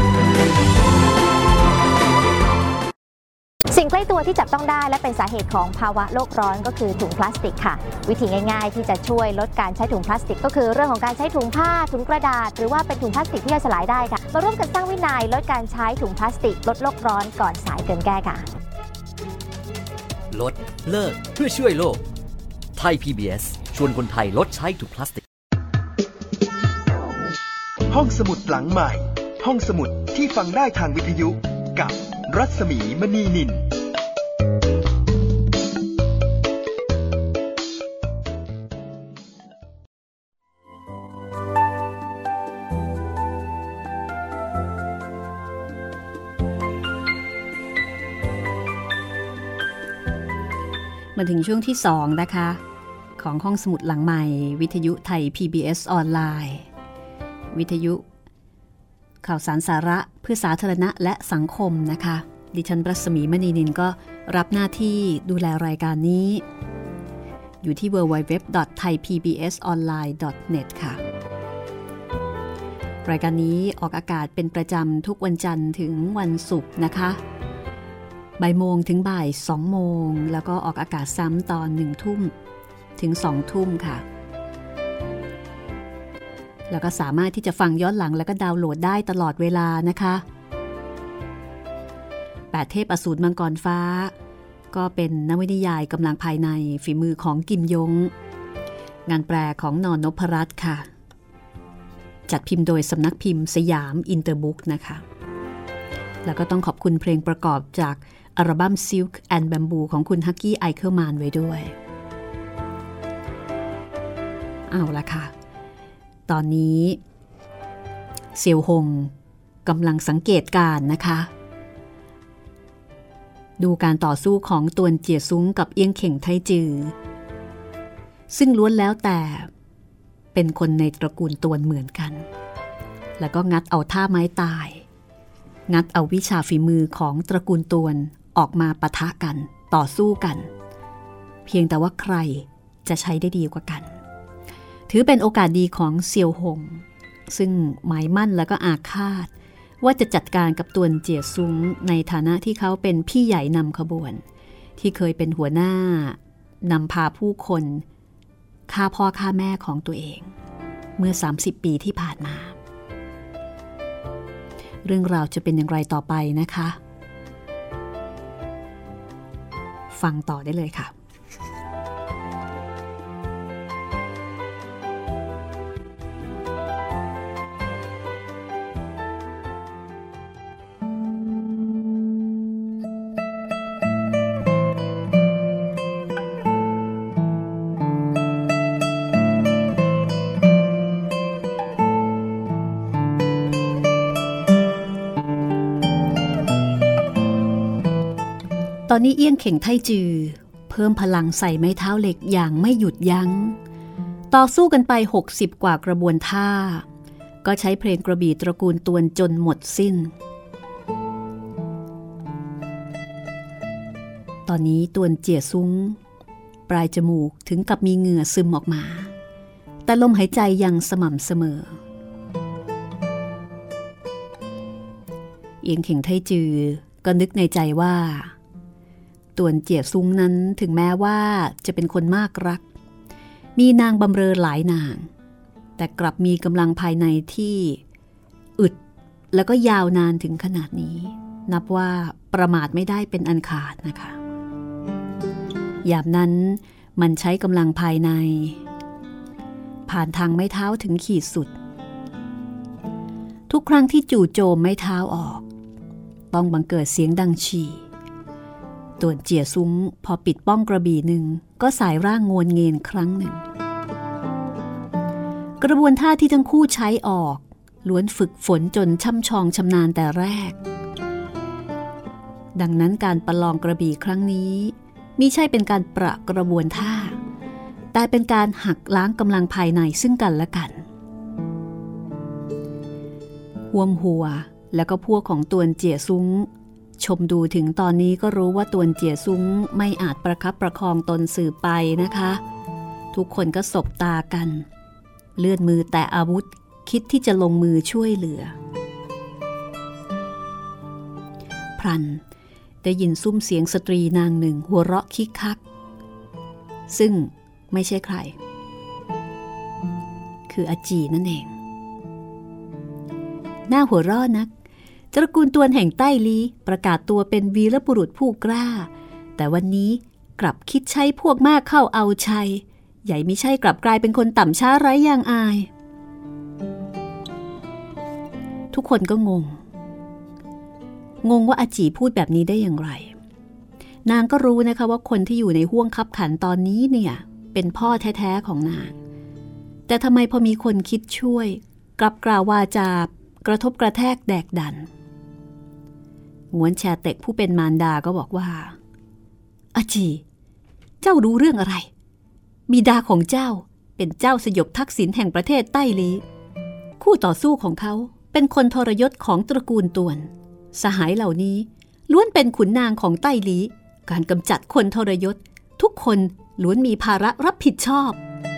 สิ่งใกล้ตัวที่จับต้องได้และเป็นสาเหตุของภาวะโลกร้อนก็คือถุงพลาสติกค่ะวิธีง่ายๆที่จะช่วยลดการใช้ถุงพลาสติกก็คือเรื่องของการใช้ถุงผ้าถุงกระดาษหรือว่าเป็นถุงพลาสติกที่ย่อยสลายได้ค่ะมาร่วมกันสร้างวินัยลดการใช้ถุงพลาสติกลดโลกร้อนก่อนสายเกินแก้ค่ะลดเลิกเพื่อช่วยโลกไทย พี บี เอส ชวนคนไทยลดใช้ถุงพลาสติกห้องสมุดหลังใหม่ห้องสมุดที่ฟังได้ทางวิทยุกับรัศมีมณีนินมาถึงช่วงที่สองนะคะของห้องสมุดหลังใหม่วิทยุไทย พี บี เอส ออนไลน์วิทยุข่าวสารสาระเพื่อสาธารณะและสังคมนะคะดิฉันรัศมีมณีนินก็รับหน้าที่ดูแลรายการนี้อยู่ที่ ดับเบิลยู ดับเบิลยู ดับเบิลยู ดอท ไทย พี บี เอส ออนไลน์ ดอท เน็ต ค่ะรายการนี้ออกอากาศเป็นประจำทุกวันจันทร์ถึงวันศุกร์นะคะบ่ายโมงถึงบ่ายสองโมงแล้วก็ออกอากาศซ้ำตอนหนึ่งทุ่มถึงสองทุ่มค่ะแล้วก็สามารถที่จะฟังย้อนหลังแล้วก็ดาวน์โหลดได้ตลอดเวลานะคะแปดเทพอสูรมังกรฟ้าก็เป็นนวนิยายกำลังภายในฝีมือของกิมยงงานแปลของนนพรัตน์ค่ะจัดพิมพ์โดยสำนักพิมพ์สยามอินเตอร์บุ๊กนะคะแล้วก็ต้องขอบคุณเพลงประกอบจากอัลบั้ม Silk and Bamboo ของคุณฮักกี้ไอเคอร์แมนไว้ด้วยเอาละค่ะตอนนี้เซียวหงกำลังสังเกตการนะคะดูการต่อสู้ของตวนเจียซุ้งกับเอี้ยงเข่งไทจือซึ่งล้วนแล้วแต่เป็นคนในตระกูลตวนเหมือนกันแล้วก็งัดเอาท่าไม้ตายงัดเอาวิชาฝีมือของตระกูลตวนออกมาปะทะกันต่อสู้กันเพียงแต่ว่าใครจะใช้ได้ดีกว่ากันถือเป็นโอกาสดีของเซียวหงซึ่งหมายมั่นแล้วก็อาฆาตว่าจะจัดการกับตวนเจียซุ้งในฐานะที่เขาเป็นพี่ใหญ่นำขบวนที่เคยเป็นหัวหน้านำพาผู้คนฆ่าพ่อฆ่าแม่ของตัวเองเมื่อสามสิบปีที่ผ่านมาเรื่องราวจะเป็นอย่างไรต่อไปนะคะฟังต่อได้เลยค่ะตอนนี้เอี้ยงเข่งไทจือเพิ่มพลังใส่ไม้เท้าเหล็กอย่างไม่หยุดยัง้งต่อสู้กันไปหกสิบกว่ากระบวนท่าก็ใช้เพลงกระบี่ตระกูลตวนจนหมดสิ้นตอนนี้ตวนเจียซุ้งปลายจมูกถึงกับมีเหงื่อซึมออกมาแต่ลมหายใจยังสม่ำเสมอเอี้ยงเข่งไทจือก็นึกในใจว่าตวนเจียซุ้งนั้นถึงแม้ว่าจะเป็นคนมากรักมีนางบำเรอหลายนางแต่กลับมีกำลังภายในที่อึดแล้วก็ยาวนานถึงขนาดนี้นับว่าประมาทไม่ได้เป็นอันขาดนะคะยามนั้นมันใช้กำลังภายในผ่านทางไม้เท้าถึงขีดสุดทุกครั้งที่จู่โจมไม้เท้าออกต้องบังเกิดเสียงดังฉี่ตวนเจียซุ้งพอปิดป้องกระบี่หนึ่งก็สายร่างงวนเงินครั้งหนึ่งกระบวนท่าที่ทั้งคู่ใช้ออกล้วนฝึกฝนจนช่ำชองชำนาญแต่แรกดังนั้นการประลองกระบี่ครั้งนี้มิใช่เป็นการประกระบวนท่าแต่เป็นการหักล้างกำลังภายในซึ่งกันและกันห่วมหัวแล้วก็พวกของตวนเจียซุ้งชมดูถึงตอนนี้ก็รู้ว่าตวนเจียซุ้งไม่อาจประคับประคองตนสืบไปนะคะทุกคนก็สบตากันเลื่อนมือแต่อาวุธคิดที่จะลงมือช่วยเหลือพลันได้ยินซุ้มเสียงสตรีนางหนึ่งหัวเราะคิกคักซึ่งไม่ใช่ใครคืออาจีนั่นเองหน้าหัวเราะนักตระกูลตวนแห่งใต้ลีประกาศตัวเป็นวีรบุรุษผู้กล้าแต่วันนี้กลับคิดใช้พวกมากเข้าเอาชัยใหญ่ไม่ใช่กลับกลายเป็นคนต่ำช้าไร้ยางอายทุกคนก็งงงงว่าอาจีพูดแบบนี้ได้อย่างไรนางก็รู้นะคะว่าคนที่อยู่ในห้วงคับขันตอนนี้เนี่ยเป็นพ่อแท้ๆของนางแต่ทำไมพอมีคนคิดช่วยกลับกล่าววาจากระทบกระแทกแดกดันงวนแชเต็กผู้เป็นมารดาก็บอกว่าอาจีเจ้ารู้เรื่องอะไรบิดาของเจ้าเป็นเจ้าสยบทักษิณแห่งประเทศใต้ลี้คู่ต่อสู้ของเขาเป็นคนทรยศของตระกูลตวนสหายเหล่านี้ล้วนเป็นขุนนางของใต้ลี้การกำจัดคนทรยศทุกคนล้วนมีภาระรับผิดชอบ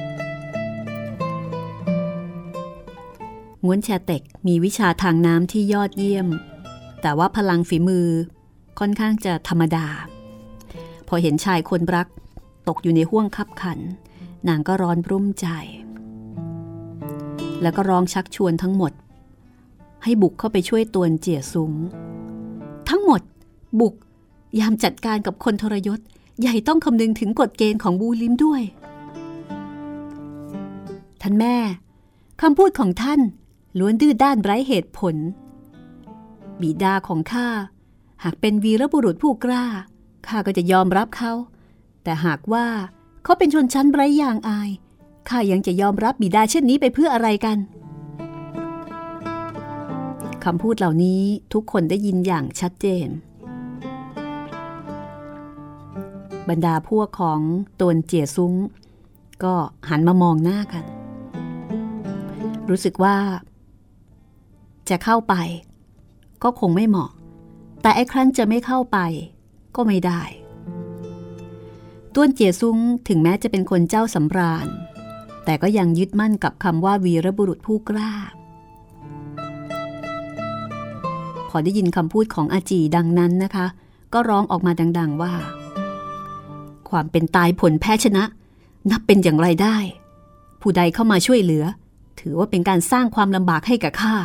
ง้วนแชเต็กมีวิชาทางน้ำที่ยอดเยี่ยมแต่ว่าพลังฝีมือค่อนข้างจะธรรมดาพอเห็นชายคนรักตกอยู่ในห้วงคับขันนางก็ร้อนรุ่มใจแล้วก็ร้องชักชวนทั้งหมดให้บุกเข้าไปช่วยตวนเจี๋ยซุงทั้งหมดบุกยามจัดการกับคนทรยศใหญ่ต้องคำนึงถึงกฎเกณฑ์ของบูลิมด้วยท่านแม่คำพูดของท่านล้วนดื้อด้านไร้เหตุผลบิดาของข้าหากเป็นวีรบุรุษผู้กล้าข้าก็จะยอมรับเขาแต่หากว่าเขาเป็นชนชั้นไร้ยางอายข้ายังจะยอมรับบิดาเช่นนี้ไปเพื่ออะไรกันคำพูดเหล่านี้ทุกคนได้ยินอย่างชัดเจนบรรดาพวกของตวนเจี๋ยซุงก็หันมามองหน้ากันรู้สึกว่าจะเข้าไปก็คงไม่เหมาะแต่ไอ้ครั้นจะไม่เข้าไปก็ไม่ได้ตวนเจี๋ยซุงถึงแม้จะเป็นคนเจ้าสำราญแต่ก็ยังยึดมั่นกับคำว่าวีรบุรุษผู้กล้าพอได้ยินคำพูดของอาจีดังนั้นนะคะก็ร้องออกมาดังๆว่าความเป็นตายผลแพ้ชนะนับเป็นอย่างไรได้ผู้ใดเข้ามาช่วยเหลือถือว่าเป็นการสร้างความลำบากให้กับข้า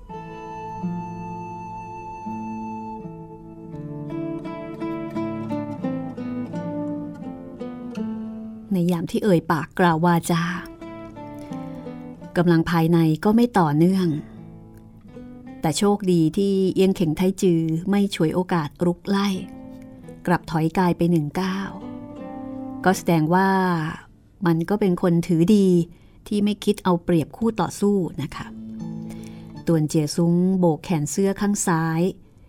ในยามที่เอ่ยปากกล่าววาจากำลังภายในก็ไม่ต่อเนื่องแต่โชคดีที่เอียงเข่งไทจือไม่ฉวยโอกาสรุกไล่กลับถอยกายไปหนึ่งก้าวก็แสดงว่ามันก็เป็นคนถือดีที่ไม่คิดเอาเปรียบคู่ต่อสู้นะคะตวนเจี๋ยซุงโบกแขนเสื้อข้างซ้าย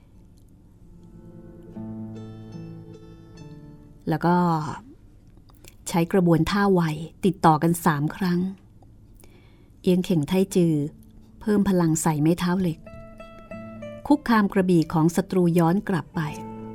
แล้วก็ใช้กระบวนท่าไวติดต่อกันสามครั้งเอียงเข่งไทจือเพิ่มพลังใส่ไม้เท้าเหล็กคุกคามกระบี่ของศัตรูย้อนกลับไป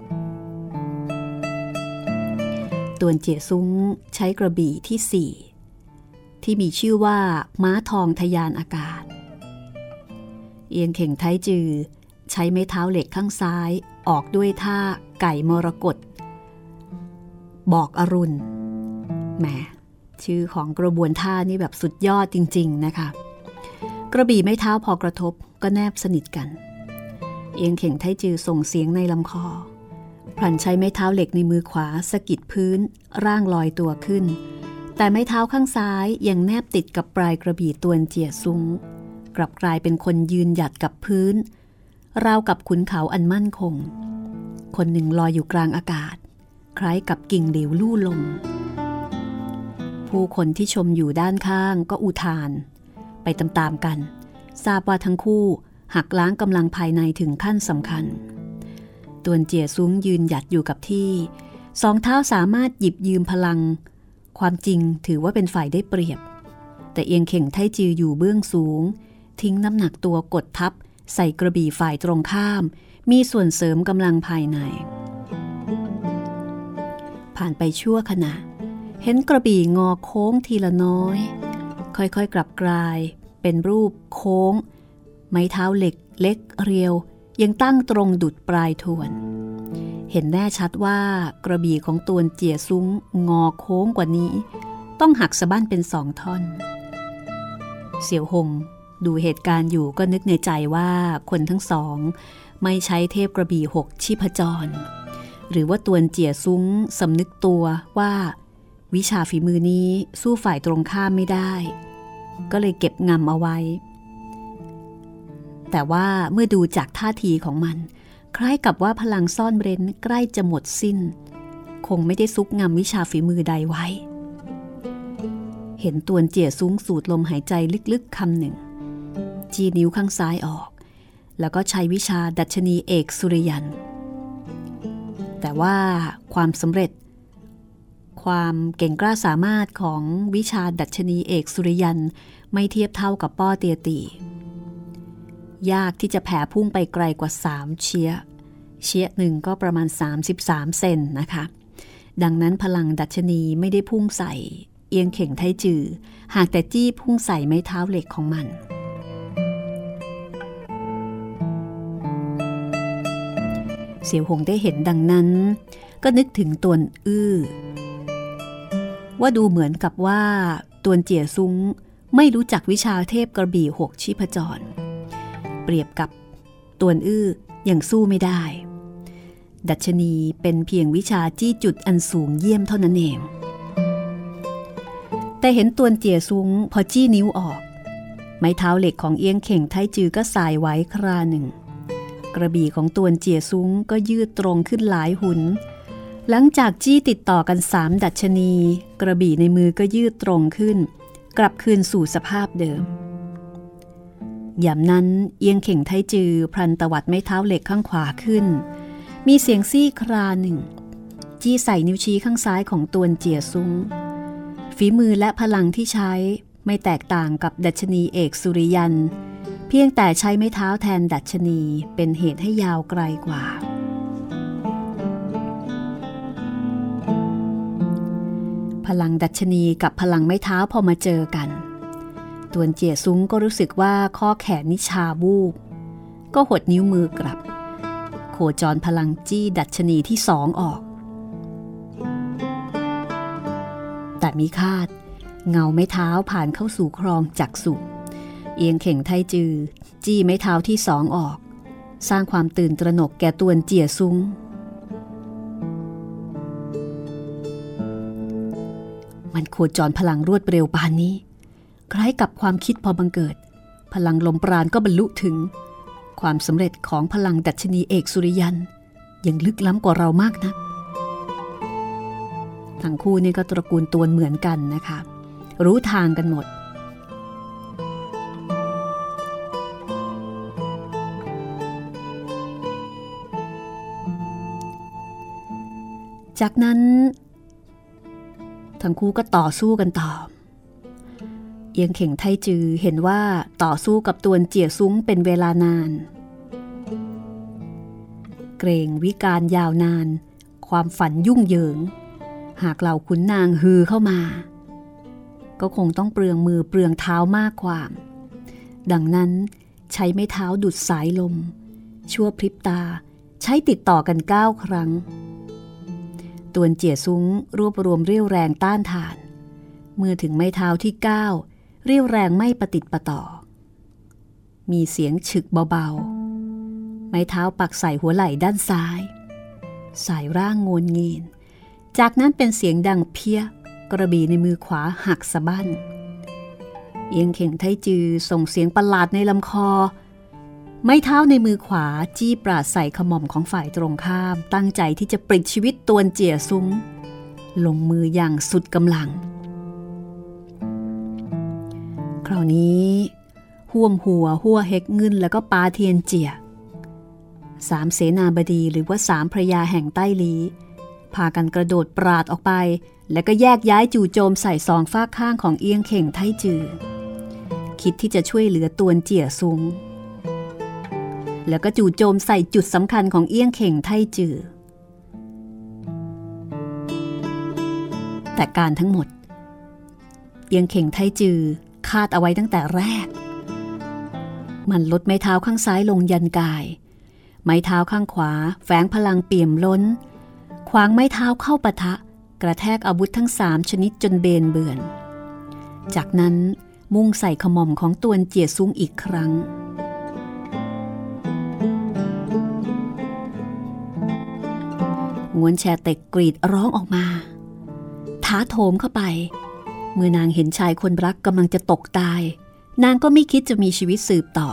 ตวนเจี๋ยซุงใช้กระบี่ที่สี่ที่มีชื่อว่าม้าทองทะยานอากาศเอียงเข่งไทจือใช้ไม้เท้าเหล็กข้างซ้ายออกด้วยท่าไก่มรกตบอกอรุณแหมชื่อของกระบวนท่านี่แบบสุดยอดจริงๆนะคะกระบี่ไม้เท้าพอกระทบก็แนบสนิทกันเอียงเข่งไทจือส่งเสียงในลำคอพลันใช้ไม้เท้าเหล็กในมือขวาสะกิดพื้นร่างลอยตัวขึ้นแต่ไม้เท้าข้างซ้ายยังแนบติดกับปลายกระบี่ตวนเจี๋ยซุงกลับกลายเป็นคนยืนหยัดกับพื้นราวกับขุนเขาอันมั่นคงคนหนึ่งลอยอยู่กลางอากาศคล้ายกับกิ่งเหลวลู่ลมผู้คนที่ชมอยู่ด้านข้างก็อุทานไปตามๆกันทราบว่าทั้งคู่หักล้างกำลังภายในถึงขั้นสำคัญตวนเจี๋ยซุงยืนหยัดอยู่กับที่สองเท้าสามารถหยิบยืมพลังความจริงถือว่าเป็นฝ่ายได้เปรียบแต่เอียงเข่งไทจืออยู่เบื้องสูงทิ้งน้ำหนักตัวกดทับใส่กระบี่ฝ่ายตรงข้ามมีส่วนเสริมกำลังภายในผ่านไปชั่วขณะเห็นกระบี่งอโค้งทีละน้อยค่อยๆกลับกลายเป็นรูปโค้งไม้เท้าเหล็กเล็กเรียวยังตั้งตรงดุจปลายทวนเห็นแน่ชัดว่ากระบี่ของตวนเจี๋ยซุงงอโค้งกว่านี้ต้องหักสะบั้นเป็นสองท่อนเสี่ยวหงดูเหตุการณ์อยู่ก็นึกในใจว่าคนทั้งสองไม่ใช้เทพกระบี่หกชีพจรหรือว่าตวนเจี๋ยซุงสำนึกตัวว่าวิชาฝีมือนี้สู้ฝ่ายตรงข้ามไม่ได้ก็เลยเก็บงำเอาไว้แต่ว่าเมื่อดูจากท่าทีของมันคล้ายกับว่าพลังซ่อนเร้นใกล้จะหมดสิ้นคงไม่ได้ซุกงำวิชาฝีมือใดไว้เห็นตวนเจี๋ยซุงสูดลมหายใจลึกๆคำหนึ่งจี้นิ้วข้างซ้ายออกแล้วก็ใช้วิชาดัชนีเอกสุริยันแต่ว่าความสำเร็จความเก่งกล้าสามารถของวิชาดัชนีเอกสุริยันไม่เทียบเท่ากับป้อเตียตียากที่จะแผ่พุ่งไปไกลกว่าสามเชียเชียหนึ่งก็ประมาณสามสิบสามเซนนะคะดังนั้นพลังดัชนีไม่ได้พุ่งใส่เอียงเข่งไทจือหากแต่จี้พุ่งใส่ไม้เท้าเหล็กของมันเสี่ยวหงได้เห็นดังนั้นก็นึกถึงตวนอื้อว่าดูเหมือนกับว่าตวนเจี๋ยซุ้งไม่รู้จักวิชาเทพกระบี่หกชีพจรเปรียบกับตวนอื้อยังสู้ไม่ได้ดัชนีเป็นเพียงวิชาจี้จุดอันสูงเยี่ยมเท่านั้นเองแต่เห็นตวนเจี๋ยซุ้งพอจี้นิ้วออกไม้เท้าเหล็กของเอียงเข่งไทจือก็สายไว้คราหนึ่งกระบี่ของตวนเจี๋ยซุ้งก็ยืดตรงขึ้นหลายหุนหลังจากจี้ติดต่อกันสามดัชนีกระบี่ในมือก็ยืดตรงขึ้นกลับคืนสู่สภาพเดิมยามนั้นเอียงเข่งไทจือพลันตวัดไม้เท้าเหล็กข้างขวาขึ้นมีเสียงซี่คราหนึ่งจี้ใส่นิ้วชี้ข้างซ้ายของตวนเจี๋ยซุ้งฝีมือและพลังที่ใช้ไม่แตกต่างกับดัชนีเอกสุริยันเพียงแต่ใช้ไม้เท้าแทนดัชนีเป็นเหตุให้ยาวไกลกว่าพลังดัชนีกับพลังไม้เท้าพอมาเจอกันตวนเจี๋ยซุ้งก็รู้สึกว่าข้อแขนนิชาวูบก็หดนิ้วมือกลับโคจรพลังจี้ดัชนีที่สองออกแต่มีคาดเงาไม้เท้าผ่านเข้าสู่ครองจักษุเอียงเข่งไทจือจี้ไม้เท้าที่สองออกสร้างความตื่นตระหนกแก่ตวนเจี๋ยซุ้งมันโคจรพลังรวดเร็วปานนี้คล้ายกับความคิดพอบังเกิดพลังลมปราณก็บรรลุถึงความสำเร็จของพลังดัชนีเอกสุริยันยังลึกล้ำกว่าเรามากนะทั้งคู่นี่ก็ตระกูลตวนเหมือนกันนะคะรู้ทางกันหมดจากนั้นทั้งคู่ก็ต่อสู้กันต่อเอียงเข่งไทจือเห็นว่าต่อสู้กับตวนเจี๋ยซุ้งเป็นเวลานานเกรงวิกาลยาวนานความฝันยุ่งเหยิงหากเหล่าขุนนางฮือเข้ามาก็คงต้องเปลืองมือเปลืองเท้ามากความดังนั้นใช้ไม้เท้าดุดสายลมชั่วพริบตาใช้ติดต่อกันเก้าครั้งตวนเจี๋ยซุ้งรวบรวมเรี่ยวแรงต้านทานเมื่อถึงไม้เท้าที่เก้าเรี่ยวแรงไม่ประติดประต่อมีเสียงฉึกเบาๆไม้เท้าปักใส่หัวไหล่ด้านซ้ายสายร่างโงนเงียนจากนั้นเป็นเสียงดังเพี้ยกระบี่ในมือขวาหักสะบั้นเอียงเข่งไทจือส่งเสียงประหลาดในลำคอไม้เท้าในมือขวาจี้ปราดใส่ขม่อมของฝ่ายตรงข้ามตั้งใจที่จะปลิดชีวิตตวนเจี๋ยซุ้งลงมืออย่างสุดกำลังคราวนี้ห่วมหัวหัวเฮกเงินแล้วก็ปาเทียนเจี๋ยสามเสนาบดีหรือว่าสามพระยาแห่งใต้ลีพากันกระโดดปราดออกไปแล้วก็แยกย้ายจู่โจมใส่สองฝากข้างของเอียงเข่งไทจือคิดที่จะช่วยเหลือตวนเจี๋ยซุ้งแล้วก็จู่โจมใส่จุดสำคัญของเอี้ยงเข่งไทจือแต่การทั้งหมดเอี้ยงเข่งไทจือคาดเอาไว้ตั้งแต่แรกมันลดไม้เท้าข้างซ้ายลงยันกายไม้เท้าข้างขวาแฝงพลังเปี่ยมล้นขวางไม้เท้าเข้าปะทะกระแทกอาวุธทั้งสามชนิดจนเบนเบื่อนจากนั้นมุ่งใส่ขม่อมของตวนเจี๋ยซุ้งอีกครั้งงวนแชเต็กกรีดร้องออกมาท้าโถมเข้าไปเมื่อนางเห็นชายคนรักกำลังจะตกตายนางก็ไม่คิดจะมีชีวิตสืบต่อ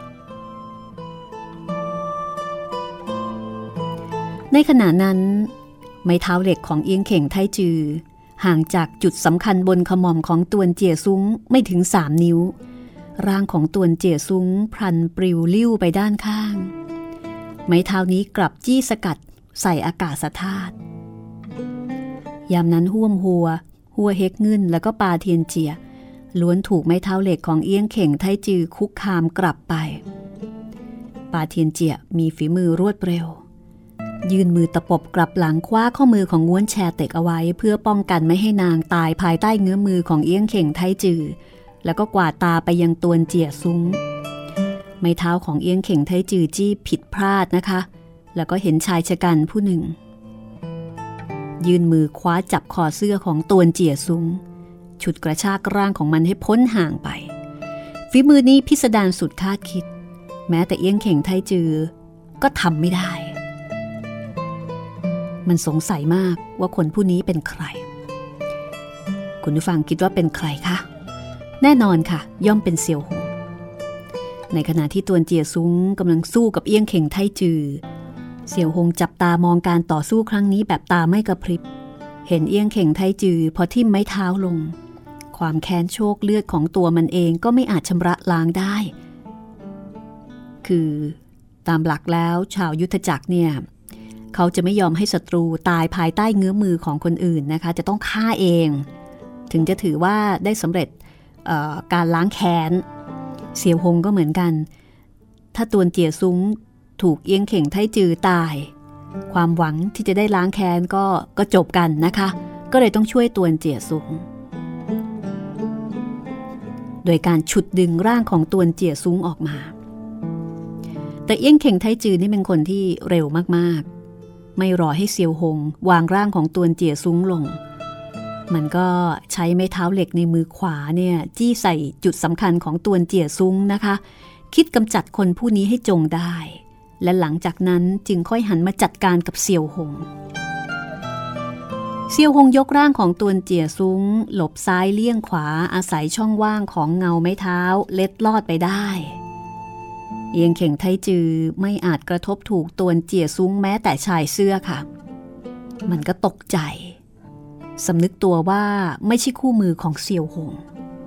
ในขณะนั้นไม้เท้าเหล็กของเอียงเข่งไทจือห่างจากจุดสำคัญบนขม่อมของตวนเจี๋ยซุ้งไม่ถึงสามนิ้วร่างของตวนเจี๋ยซุ้งพลันปลิวลิ้วไปด้านข้างไม้เท้านี้กลับจี้สกัดใส่อากาศธาตุยามนั้นห่วมหัวหัวเฮกเงินแล้วก็ปาเทียนเจียล้วนถูกไม้เท้าเหล็กของเอี้ยงเข่งไทจือคุกคามกลับไปปาเทียนเจียมีฝีมือรวดเร็วยื่นมือตะปบกลับหลังคว้าข้อมือของง้วนแชเต็กเอาไว้เพื่อป้องกันไม่ให้นางตายภายใต้เงื้อมือของเอี้ยงเข่งไทจือแล้วก็กวาดตาไปยังตวนเจียซุ้งไม้เท้าของเอี้ยงเข่งไทจือจี้ผิดพลาดนะคะแล้วก็เห็นชายชะกันผู้หนึ่งยื่นมือคว้าจับคอเสื้อของตวนเจียซุ้งฉุดกระชากร่างของมันให้พ้นห่างไปฝีมือนี้พิสดารสุดคาดคิดแม้แต่เอี้ยงเข่งไทจือก็ทำไม่ได้มันสงสัยมากว่าคนผู้นี้เป็นใครคุณผู้ฟังคิดว่าเป็นใครคะแน่นอนค่ะย่อมเป็นเสี่ยวหงในขณะที่ตวนเจียซุ้งกำลังสู้กับเอี้ยงเข่งไทจือเสี่ยวหงจับตามองการต่อสู้ครั้งนี้แบบตาไม่กระพริบเห็นเอี้ยงเข่งไทจือพอทิ่มไม้เท้าลงความแค้นโชคเลือดของตัวมันเองก็ไม่อาจชำระล้างได้คือตามหลักแล้วชาวยุทธจักรเนี่ยเขาจะไม่ยอมให้ศัตรูตายภายใต้เงื้อมือของคนอื่นนะคะจะต้องฆ่าเองถึงจะถือว่าได้สำเร็จการล้างแค้นเสี่ยวหงก็เหมือนกันถ้าตวนเจียซุ้งถูกเอี้ยงเข่งไทจือตายความหวังที่จะได้ล้างแค้นก็ก็จบกันนะคะก็เลยต้องช่วยตวนเจียซุ้งโดยการฉุดดึงร่างของตวนเจียซุ้งออกมาแต่เอี้ยงเข่งไทจือนี่เป็นคนที่เร็วมากๆไม่รอให้เสี่ยวหงวางร่างของตวนเจียซุ้งลงมันก็ใช้ไม้เท้าเหล็กในมือขวาเนี่ยจี้ใส่จุดสำคัญของตวนเจียซุ้งนะคะคิดกำจัดคนผู้นี้ให้จงได้และหลังจากนั้นจึงค่อยหันมาจัดการกับเสี่ยวหงเสี่ยวหงยกร่างของตวนเจียซุ้งหลบซ้ายเลี่ยงขวาอาศัยช่องว่างของเงาไม้เท้าเล็ดลอดไปได้เอียงเข่งไทจือไม่อาจกระทบถูกตวนเจียซุ้งแม้แต่ชายเสื้อค่ะมันก็ตกใจสำนึกตัวว่าไม่ใช่คู่มือของเสี่ยวหง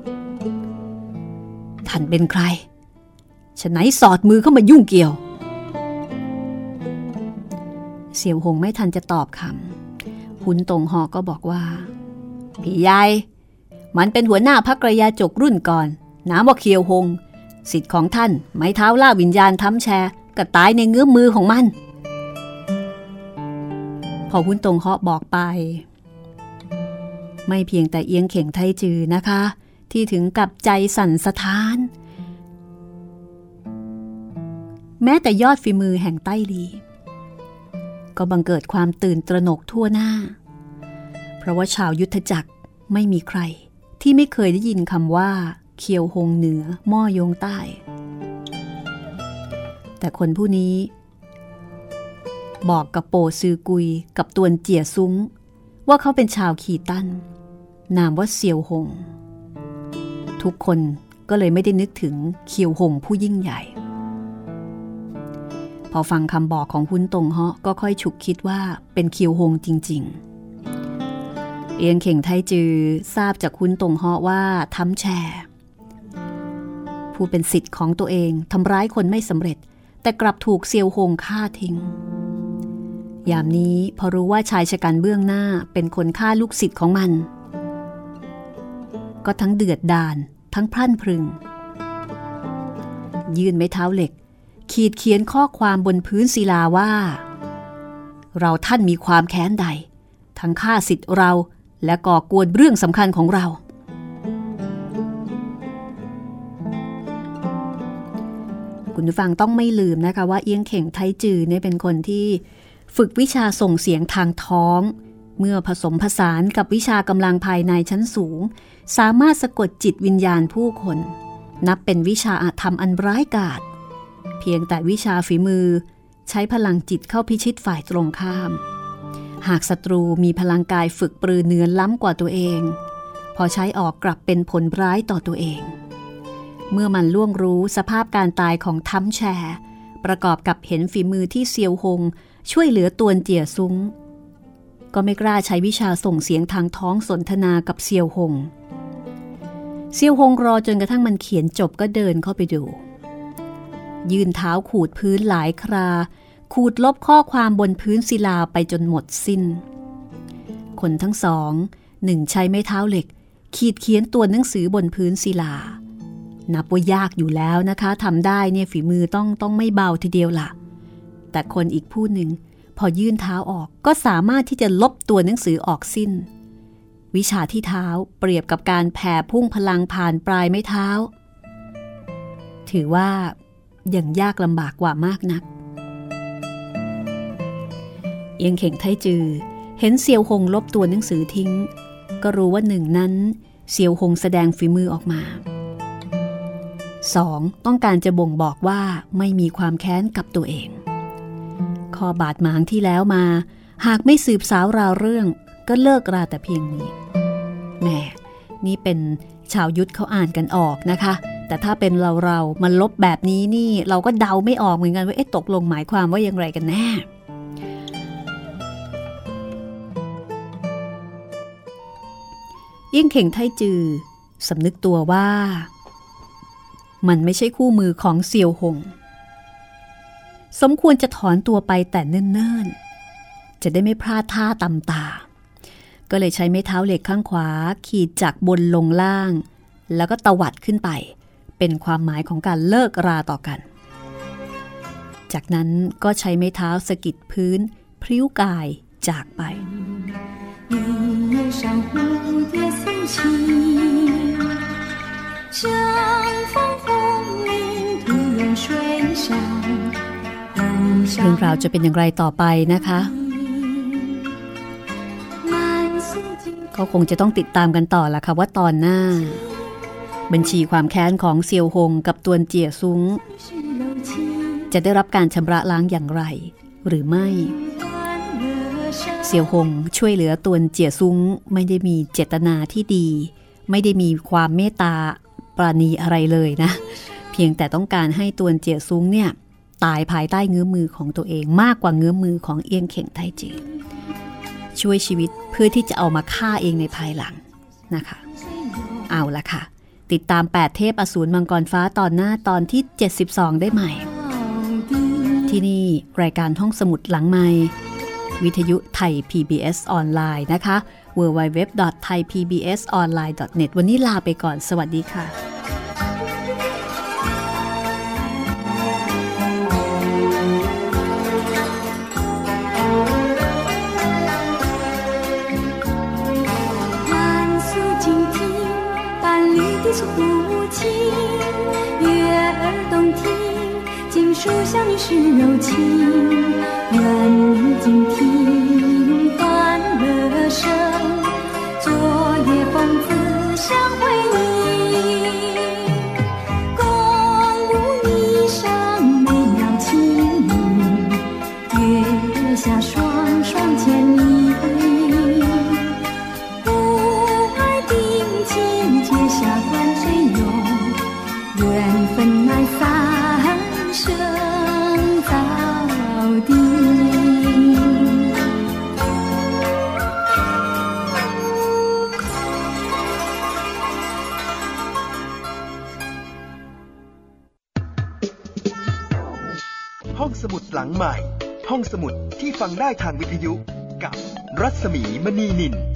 ท่านเป็นใครฉะไหนสอดมือเข้ามายุ่งเกี่ยวเสี่ยวหงไม่ทันจะตอบคำหุนตงหอก็บอกว่าพี่ใหญ่มันเป็นหัวหน้าพรรคกระยาจกรุ่นก่อนนามว่าเคียวหงสิทธิ์ของท่านไม้เท้าล่าวิญญาณทำแชร์ก็ตายในเงื้อมือของมันพอหุนตงหอบอกไปไม่เพียงแต่เอียงเข่งไทจือนะคะที่ถึงกับใจสั่นสะท้านแม้แต่ยอดฝีมือแห่งใต้หลีก็บังเกิดความตื่นตระหนกทั่วหน้าเพราะว่าชาวยุทธจักรไม่มีใครที่ไม่เคยได้ยินคำว่าเคียวหงเหนือหม้อยงใต้แต่คนผู้นี้บอกกับโปซือกุยกับตวนเจียซุ้งว่าเขาเป็นชาวขีตันนามว่าเสี่ยวหงทุกคนก็เลยไม่ได้นึกถึงเคียวหงผู้ยิ่งใหญ่พอฟังคำบอกของหุนตงฮะก็ค่อยฉุกคิดว่าเป็นเคียวหงจริงๆเอียงเข่งไทจือทราบจากหุนตงฮะว่าทำแชร์ผู้เป็นศิษย์ของตัวเองทำร้ายคนไม่สำเร็จแต่กลับถูกเซียวหงฆ่าทิ้งยามนี้พอรู้ว่าชายชะกันเบื้องหน้าเป็นคนฆ่าลูกศิษย์ของมันก็ทั้งเดือดดาลทั้งพรั่นพรึงยื่นไม้เท้าเหล็กขีดเขียนข้อความบนพื้นศิลาว่าเราท่านมีความแค้นใดทั้งฆ่าศิษย์เราและก่อกวนเรื่องสำคัญของเราคุณผู้ฟังต้องไม่ลืมนะคะว่าเอี้ยงเข่งไทจือเนี่ยเป็นคนที่ฝึกวิชาส่งเสียงทางท้องเมื่อผสมผสานกับวิชากำลังภายในชั้นสูงสามารถสะกดจิตวิญญาณผู้คนนับเป็นวิชาอาธรรมอันร้ายกาจเพียงแต่วิชาฝีมือใช้พลังจิตเข้าพิชิตฝ่ายตรงข้ามหากศัตรูมีพลังกายฝึกปรือเนื้อล้ำกว่าตัวเองพอใช้ออกกลับเป็นผลร้ายต่อตัวเองเมื่อมันล่วงรู้สภาพการตายของทั้มแชร์ประกอบกับเห็นฝีมือที่เซียวหงช่วยเหลือตวนเจียซุ้งก็ไม่กล้าใช้วิชาส่งเสียงทางท้องสนทนากับเซียวหงเซียวหงรอจนกระทั่งมันเขียนจบก็เดินเข้าไปดูยืนเท้าขูดพื้นหลายคราขูดลบข้อความบนพื้นศิลาไปจนหมดสิ้นคนทั้งสองหนึ่งใช้ไม้เท้าเหล็กขีดเขียนตัวหนังสือบนพื้นศิลานับว่ายากอยู่แล้วนะคะทำได้เนี่ยฝีมือต้องต้องไม่เบาทีเดียวล่ะแต่คนอีกผู้หนึ่งพอยื่นเท้าออกก็สามารถที่จะลบตัวหนังสือออกสิ้นวิชาที่เท้าเปรียบกับการแผ่พุ่งพลังผ่านปลายไม้เท้าถือว่ายังยากลำบากกว่ามากนักเอียงเข่งไทจือเห็นเซียวหงลบตัวหนังสือทิ้งก็รู้ว่าหนึ่งนั้นเซียวหงแสดงฝีมือออกมาสองต้องการจะบ่งบอกว่าไม่มีความแค้นกับตัวเองข้อบาดหมางที่แล้วมาหากไม่สืบสาวราวเรื่องก็เลิกราแต่เพียงนี้แหมนี่เป็นชาวยุทธเขาอ่านกันออกนะคะแต่ถ้าเป็นเราเรามันลบแบบนี้นี่เราก็เดาไม่ออกเหมือนกันว่าเอ๊ะตกลงหมายความว่าอย่างไรกันแน่เอี้ยงเข่งไทจือสำนึกตัวว่ามันไม่ใช่คู่มือของเซียวหงสมควรจะถอนตัวไปแต่เนิ่นๆจะได้ไม่พลาดท่าตำตาก็เลยใช้ไม้เท้าเหล็กข้างขวาขีดจากบนลงล่างแล้วก็ตวัดขึ้นไปเป็นความหมายของการเลิกราต่อกันจากนั้นก็ใช้ไม้เท้าสะกิดพื้นพริ้วกายจากไปเรื่องราวจะเป็นอย่างไรต่อไปนะคะก็คงจะต้องติดตามกันต่อละค่ะว่าตอนหน้าบัญชีความแค้นของเซียวหงกับตวนเจี๋ยซุ้งจะได้รับการชำระล้างอย่างไรหรือไม่เซียวหงช่วยเหลือตวนเจี๋ยซุ้งไม่ได้มีเจตนาที่ดีไม่ได้มีความเมตตาปราณีอะไรเลยนะเพียงแต่ต้องการให้ตวนเจี๋ยซุ้งเนี่ยตายภายใต้เงื้อมือของตัวเองมากกว่าเงื้อมือของเอี้ยงเข่งไทจือช่วยชีวิตเพื่อที่จะเอามาฆ่าเองในภายหลังนะคะเอาละค่ะติดตามแปดเทพอสูรมังกรฟ้าตอนหน้าตอนที่เจ็ดสิบสองได้ใหม่ที่นี่รายการห้องสมุดหลังไมค์วิทยุไทย พี บี เอส ออนไลน์นะคะ ดับเบิลยู ดับเบิลยู ดับเบิลยู ดอท ไทย พี บี เอส ออนไลน์ ดอท เน็ต วันนี้ลาไปก่อนสวัสดีค่ะ是古琴，悦耳动听，金属像你是柔情，愿你静听欢乐声，昨夜风姿相会你，共舞霓裳美妙情侣，月下双双牵你。下关水涌，缘分埋三生早定。 ห้องสมุดหลังใหม่ห้องสมุดที่ฟังได้ทางวิทยุกับรัศมีมณีนิน